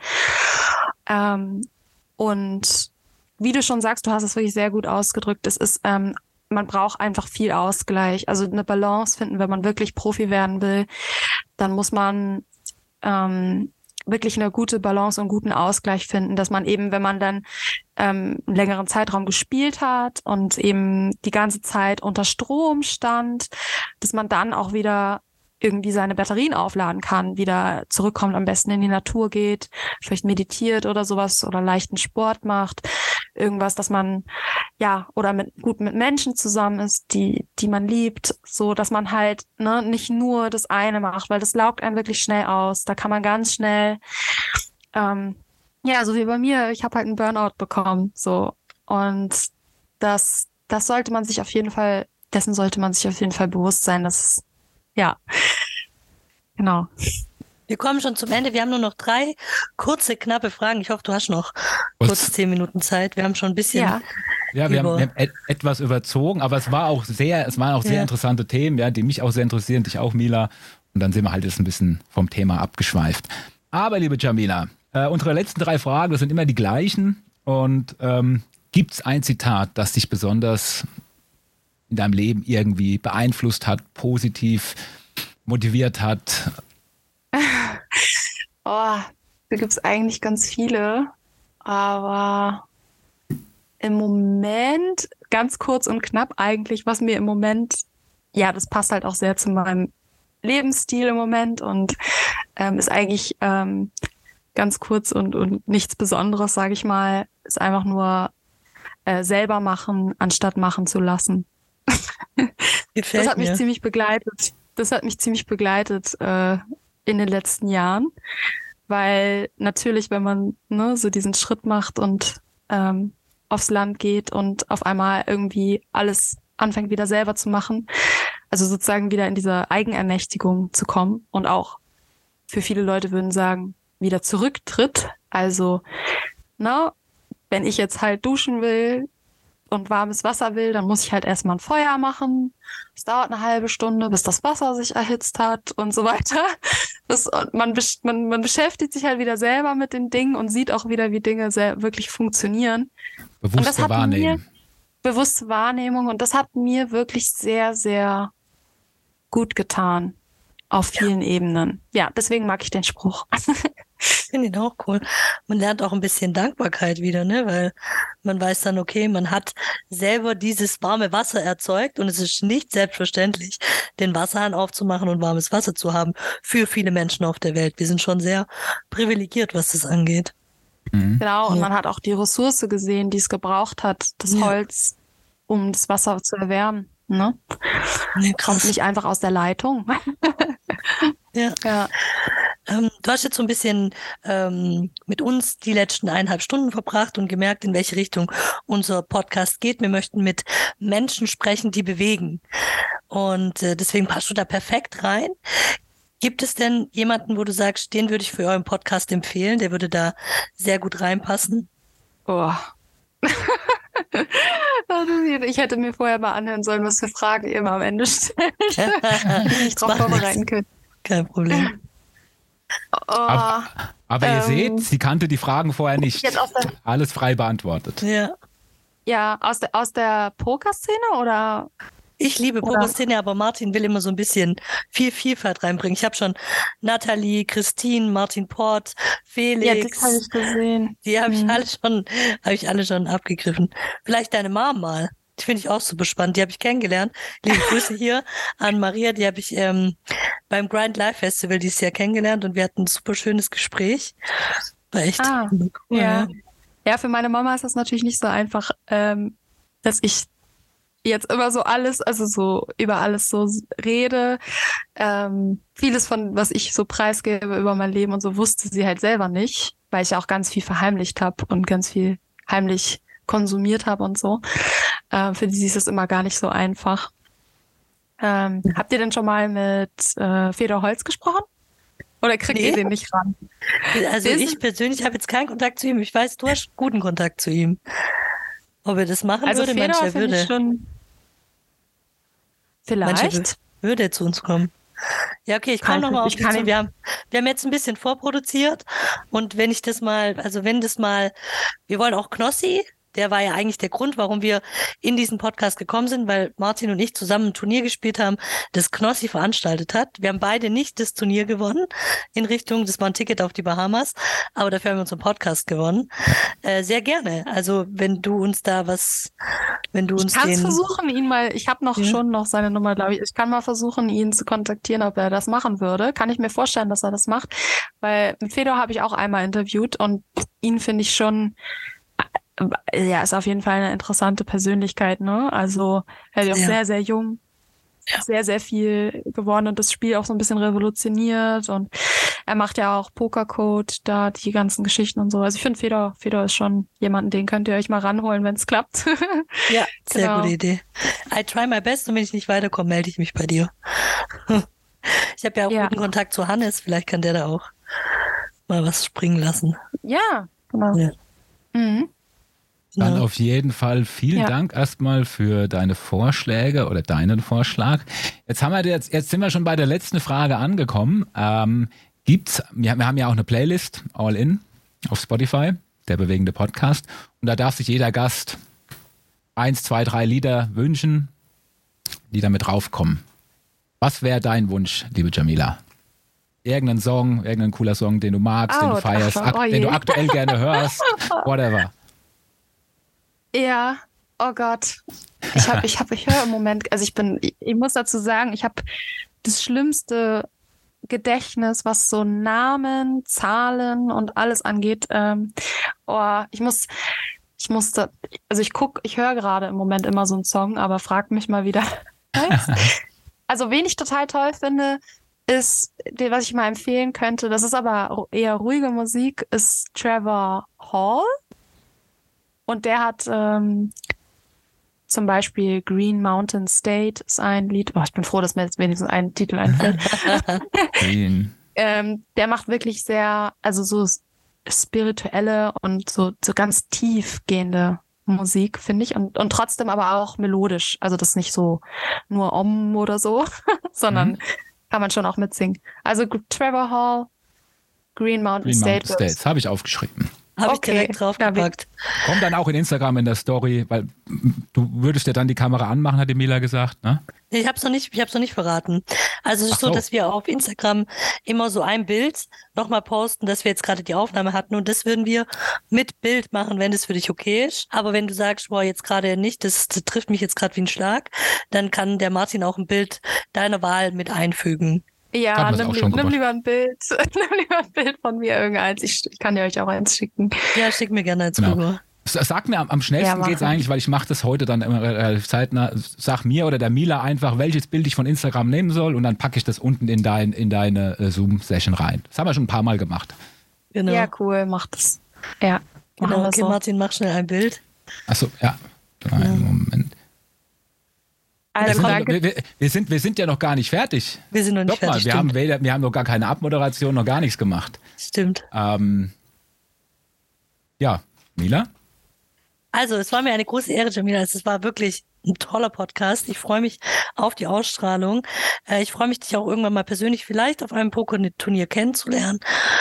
Und wie du schon sagst, du hast es wirklich sehr gut ausgedrückt. Es ist, man braucht einfach viel Ausgleich. Also eine Balance finden, wenn man wirklich Profi werden will, dann muss man wirklich eine gute Balance und guten Ausgleich finden, dass man eben, wenn man dann einen längeren Zeitraum gespielt hat und eben die ganze Zeit unter Strom stand, dass man dann auch wieder irgendwie seine Batterien aufladen kann, wieder zurückkommt, am besten in die Natur geht, vielleicht meditiert oder sowas oder leichten Sport macht, irgendwas, dass man oder mit Menschen zusammen ist, die man liebt, so dass man halt nicht nur das eine macht, weil das laugt einen wirklich schnell aus. Da kann man ganz schnell so wie bei mir, ich habe halt einen Burnout bekommen, so, und das sollte man sich auf jeden Fall, dessen sollte man sich auf jeden Fall bewusst sein, dass genau. Wir kommen schon zum Ende. Wir haben nur noch 3 kurze, knappe Fragen. Ich hoffe, du hast noch kurz 10 Minuten Zeit. Wir haben schon ein bisschen. Ja, wir haben etwas überzogen, aber es waren auch sehr interessante Themen, ja, die mich auch sehr interessieren, dich auch, Mila. Und dann sind wir halt jetzt ein bisschen vom Thema abgeschweift. Aber, liebe Jamila, unsere letzten 3 Fragen, das sind immer die gleichen. Und gibt es ein Zitat, das dich besonders in deinem Leben irgendwie beeinflusst hat, positiv motiviert hat? Da gibt es eigentlich ganz viele, aber im Moment, ganz kurz und knapp eigentlich, was mir im Moment, das passt halt auch sehr zu meinem Lebensstil im Moment und ist eigentlich ganz kurz und nichts Besonderes, sage ich mal, ist einfach nur selber machen, anstatt machen zu lassen. Das hat mich ziemlich begleitet. In den letzten Jahren, weil natürlich, wenn man so diesen Schritt macht und aufs Land geht und auf einmal irgendwie alles anfängt wieder selber zu machen, also sozusagen wieder in diese Eigenermächtigung zu kommen und auch für viele Leute würden sagen, wieder zurücktritt. Also, wenn ich jetzt halt duschen will und warmes Wasser will, dann muss ich halt erstmal ein Feuer machen. Es dauert eine halbe Stunde, bis das Wasser sich erhitzt hat und so weiter. Man beschäftigt sich halt wieder selber mit den Dingen und sieht auch wieder, wie Dinge wirklich funktionieren. Bewusste Wahrnehmung. Und das hat mir wirklich sehr, sehr gut getan. Auf vielen Ebenen. Ja, deswegen mag ich den Spruch. Ich finde ihn auch cool. Man lernt auch ein bisschen Dankbarkeit wieder, ne? Weil man weiß dann, okay, man hat selber dieses warme Wasser erzeugt und es ist nicht selbstverständlich, den Wasserhahn aufzumachen und warmes Wasser zu haben für viele Menschen auf der Welt. Wir sind schon sehr privilegiert, was das angeht. Genau, und man hat auch die Ressource gesehen, die es gebraucht hat, das Holz, um das Wasser zu erwärmen. Ne? Ja, kommt nicht einfach aus der Leitung. Ja. Du hast jetzt so ein bisschen mit uns die letzten 1,5 Stunden verbracht und gemerkt, in welche Richtung unser Podcast geht. Wir möchten mit Menschen sprechen, die bewegen. Und deswegen passt du da perfekt rein. Gibt es denn jemanden, wo du sagst, den würde ich für euren Podcast empfehlen, der würde da sehr gut reinpassen? Oh. Ich hätte mir vorher mal anhören sollen, was für Fragen ihr immer am Ende stellt. Ich drauf vorbereiten können. Kein Problem. Aber ihr seht, sie kannte die Fragen vorher nicht. Alles frei beantwortet. Ja, aus der Pokerszene oder? Ich liebe Pokerszene, aber Martin will immer so ein bisschen viel Vielfalt reinbringen. Ich habe schon Nathalie, Christine, Martin Port, Felix. Ja, das habe ich gesehen. Die habe ich alle schon abgegriffen. Vielleicht deine Mom mal. Die finde ich auch super spannend. Die habe ich kennengelernt. Liebe Grüße hier an Maria. Die habe ich beim Grind Live Festival dieses Jahr kennengelernt und wir hatten ein super schönes Gespräch. War echt cool. Ja, für meine Mama ist das natürlich nicht so einfach, dass ich jetzt immer so alles, also so über alles so rede. Vieles von, was ich so preisgebe über mein Leben und so, wusste sie halt selber nicht, weil ich auch ganz viel verheimlicht habe und ganz viel heimlich konsumiert habe und so. Für die ist es immer gar nicht so einfach. Habt ihr denn schon mal mit Fedor Holz gesprochen? Oder kriegt ihr den nicht ran? Also ich persönlich habe jetzt keinen Kontakt zu ihm. Ich weiß, du hast guten Kontakt zu ihm. Ob er das machen würde, Fedor mancher würde. Schon vielleicht. Würde zu uns kommen. Ja, okay, ich komme nochmal auf dich zu. Wir haben jetzt ein bisschen vorproduziert und wenn wir wollen auch Knossi, der war ja eigentlich der Grund, warum wir in diesen Podcast gekommen sind, weil Martin und ich zusammen ein Turnier gespielt haben, das Knossi veranstaltet hat. Wir haben beide nicht das Turnier gewonnen das war ein Ticket auf die Bahamas, aber dafür haben wir unseren Podcast gewonnen. Sehr gerne. Also wenn du uns da ich kann es versuchen, ich habe schon noch seine Nummer, glaube ich. Ich kann mal versuchen, ihn zu kontaktieren, ob er das machen würde. Kann ich mir vorstellen, dass er das macht, weil mit Fedor habe ich auch einmal interviewt und ihn finde ich schon, ja, ist auf jeden Fall eine interessante Persönlichkeit, ne? Also er ist auch sehr, sehr jung, sehr, sehr viel gewonnen und das Spiel auch so ein bisschen revolutioniert und er macht ja auch Pokercode, da die ganzen Geschichten und so. Also ich finde, Fedor ist schon jemanden, den könnt ihr euch mal ranholen, wenn es klappt. Ja, sehr gute Idee. I try my best und wenn ich nicht weiterkomme, melde ich mich bei dir. Ich habe ja auch guten Kontakt zu Hannes, vielleicht kann der da auch mal was springen lassen. Ja, genau. Ja. Mhm. Dann auf jeden Fall vielen Dank erstmal für deine Vorschläge oder deinen Vorschlag. Jetzt sind wir schon bei der letzten Frage angekommen. Wir haben ja auch eine Playlist, All In, auf Spotify, der bewegende Podcast. Und da darf sich jeder Gast 1, 2, 3 Lieder wünschen, die damit draufkommen. Was wäre dein Wunsch, liebe Jamila? Irgendein cooler Song, den du magst, den du feierst, den du aktuell gerne hörst, whatever. Ja, oh Gott. Ich höre im Moment, also ich muss dazu sagen, ich habe das schlimmste Gedächtnis, was so Namen, Zahlen und alles angeht. Ich höre gerade im Moment immer so einen Song, aber frag mich mal wieder. Also, wen ich total toll finde, ist, was ich mal empfehlen könnte, das ist aber eher ruhige Musik, ist Trevor Hall. Und der hat zum Beispiel Green Mountain State ist ein Lied. Oh, ich bin froh, dass mir jetzt wenigstens ein Titel einfällt. Der macht wirklich sehr, also so spirituelle und so ganz tiefgehende Musik, finde ich. Und trotzdem aber auch melodisch. Also das ist nicht so nur Om oder so, sondern kann man schon auch mitsingen. Also Trevor Hall, Green Mountain State. Das habe ich aufgeschrieben. Habe ich direkt draufgepackt. Kommt dann auch in Instagram in der Story, weil du würdest ja dann die Kamera anmachen, hat die Mila gesagt, ne? Ich hab's noch nicht verraten. Also es ist so, dass wir auf Instagram immer so ein Bild nochmal posten, dass wir jetzt gerade die Aufnahme hatten und das würden wir mit Bild machen, wenn das für dich okay ist. Aber wenn du sagst, boah, jetzt gerade nicht, das trifft mich jetzt gerade wie ein Schlag, dann kann der Martin auch ein Bild deiner Wahl mit einfügen. Ja, nimm lieber ein Bild. Nimm lieber ein Bild von mir irgendeins. Ich kann dir euch auch eins schicken. Ja, schick mir gerne eins rüber. Sag mir, am schnellsten geht's eigentlich, weil ich mache das heute dann immer relativ zeitnah. Sag mir oder der Mila einfach, welches Bild ich von Instagram nehmen soll und dann packe ich das unten in deine Zoom-Session rein. Das haben wir schon ein paar Mal gemacht. Genau. Ja, cool, mach das. Ja, genau. Okay, so. Martin, mach schnell ein Bild. Achso, ja. Einen Moment. Also wir sind ja noch gar nicht fertig. Wir sind noch nicht fertig. Wir haben noch gar keine Abmoderation, noch gar nichts gemacht. Stimmt. Ja, Mila? Also, es war mir eine große Ehre, Jamila. Es war wirklich ein toller Podcast. Ich freue mich auf die Ausstrahlung. Ich freue mich, dich auch irgendwann mal persönlich vielleicht auf einem Pokerturnier kennenzulernen.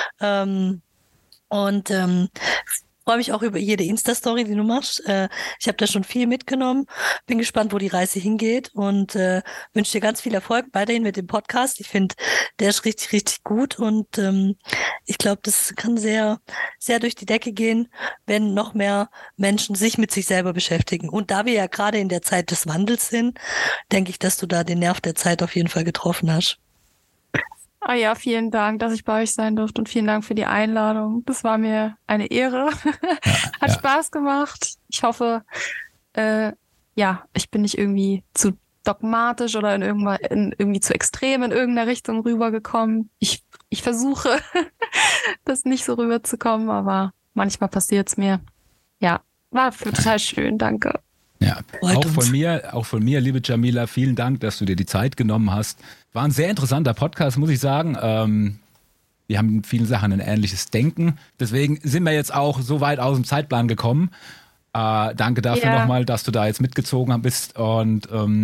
Freue mich auch über jede Insta-Story, die du machst. Ich habe da schon viel mitgenommen. Bin gespannt, wo die Reise hingeht und wünsche dir ganz viel Erfolg weiterhin mit dem Podcast. Ich finde, der ist richtig, richtig gut und ich glaube, das kann sehr, sehr durch die Decke gehen, wenn noch mehr Menschen sich mit sich selber beschäftigen. Und da wir ja gerade in der Zeit des Wandels sind, denke ich, dass du da den Nerv der Zeit auf jeden Fall getroffen hast. Ah ja, vielen Dank, dass ich bei euch sein durfte und vielen Dank für die Einladung. Das war mir eine Ehre. Hat Spaß gemacht. Ich hoffe, ich bin nicht irgendwie zu dogmatisch oder irgendwie zu extrem in irgendeiner Richtung rübergekommen. Ich versuche, das nicht so rüberzukommen, aber manchmal passiert es mir. Ja, war total schön, danke. Ja, auch von mir, liebe Jamila, vielen Dank, dass du dir die Zeit genommen hast. War ein sehr interessanter Podcast, muss ich sagen. Wir haben in vielen Sachen ein ähnliches Denken. Deswegen sind wir jetzt auch so weit aus dem Zeitplan gekommen. Danke dafür nochmal, dass du da jetzt mitgezogen bist. Und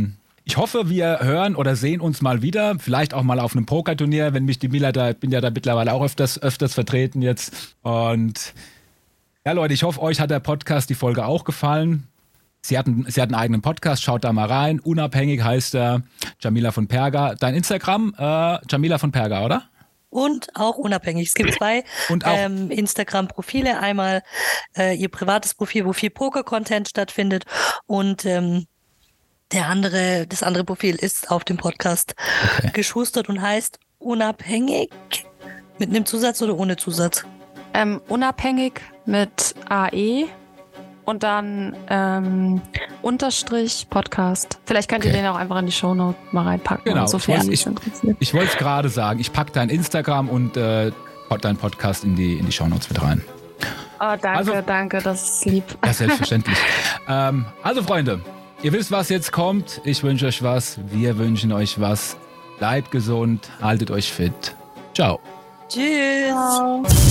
Ich hoffe, wir hören oder sehen uns mal wieder. Vielleicht auch mal auf einem Pokerturnier, wenn mich die Mila da, ich bin ja da mittlerweile auch öfters vertreten jetzt. Und ja, Leute, ich hoffe, euch hat der Podcast, die Folge auch gefallen. Sie hat einen eigenen Podcast, schaut da mal rein. Unabhängig heißt er Jamila von Perga. Dein Instagram, Jamila von Perga, oder? Und auch unabhängig. Es gibt zwei Instagram-Profile. Einmal ihr privates Profil, wo viel Poker-Content stattfindet. Und das andere Profil ist auf dem Podcast geschustert und heißt Unabhängig. Mit einem Zusatz oder ohne Zusatz? Unabhängig mit AE. Und dann Unterstrich Podcast. Vielleicht könnt ihr den auch einfach in die Shownote mal reinpacken. Genau, so ich wollte es gerade sagen. Ich packe dein Instagram und dein Podcast in die Shownotes mit rein. Oh, danke, das ist lieb. Ja, selbstverständlich. Also Freunde, ihr wisst, was jetzt kommt. Ich wünsche euch was. Wir wünschen euch was. Bleibt gesund, haltet euch fit. Ciao. Tschüss. Ciao.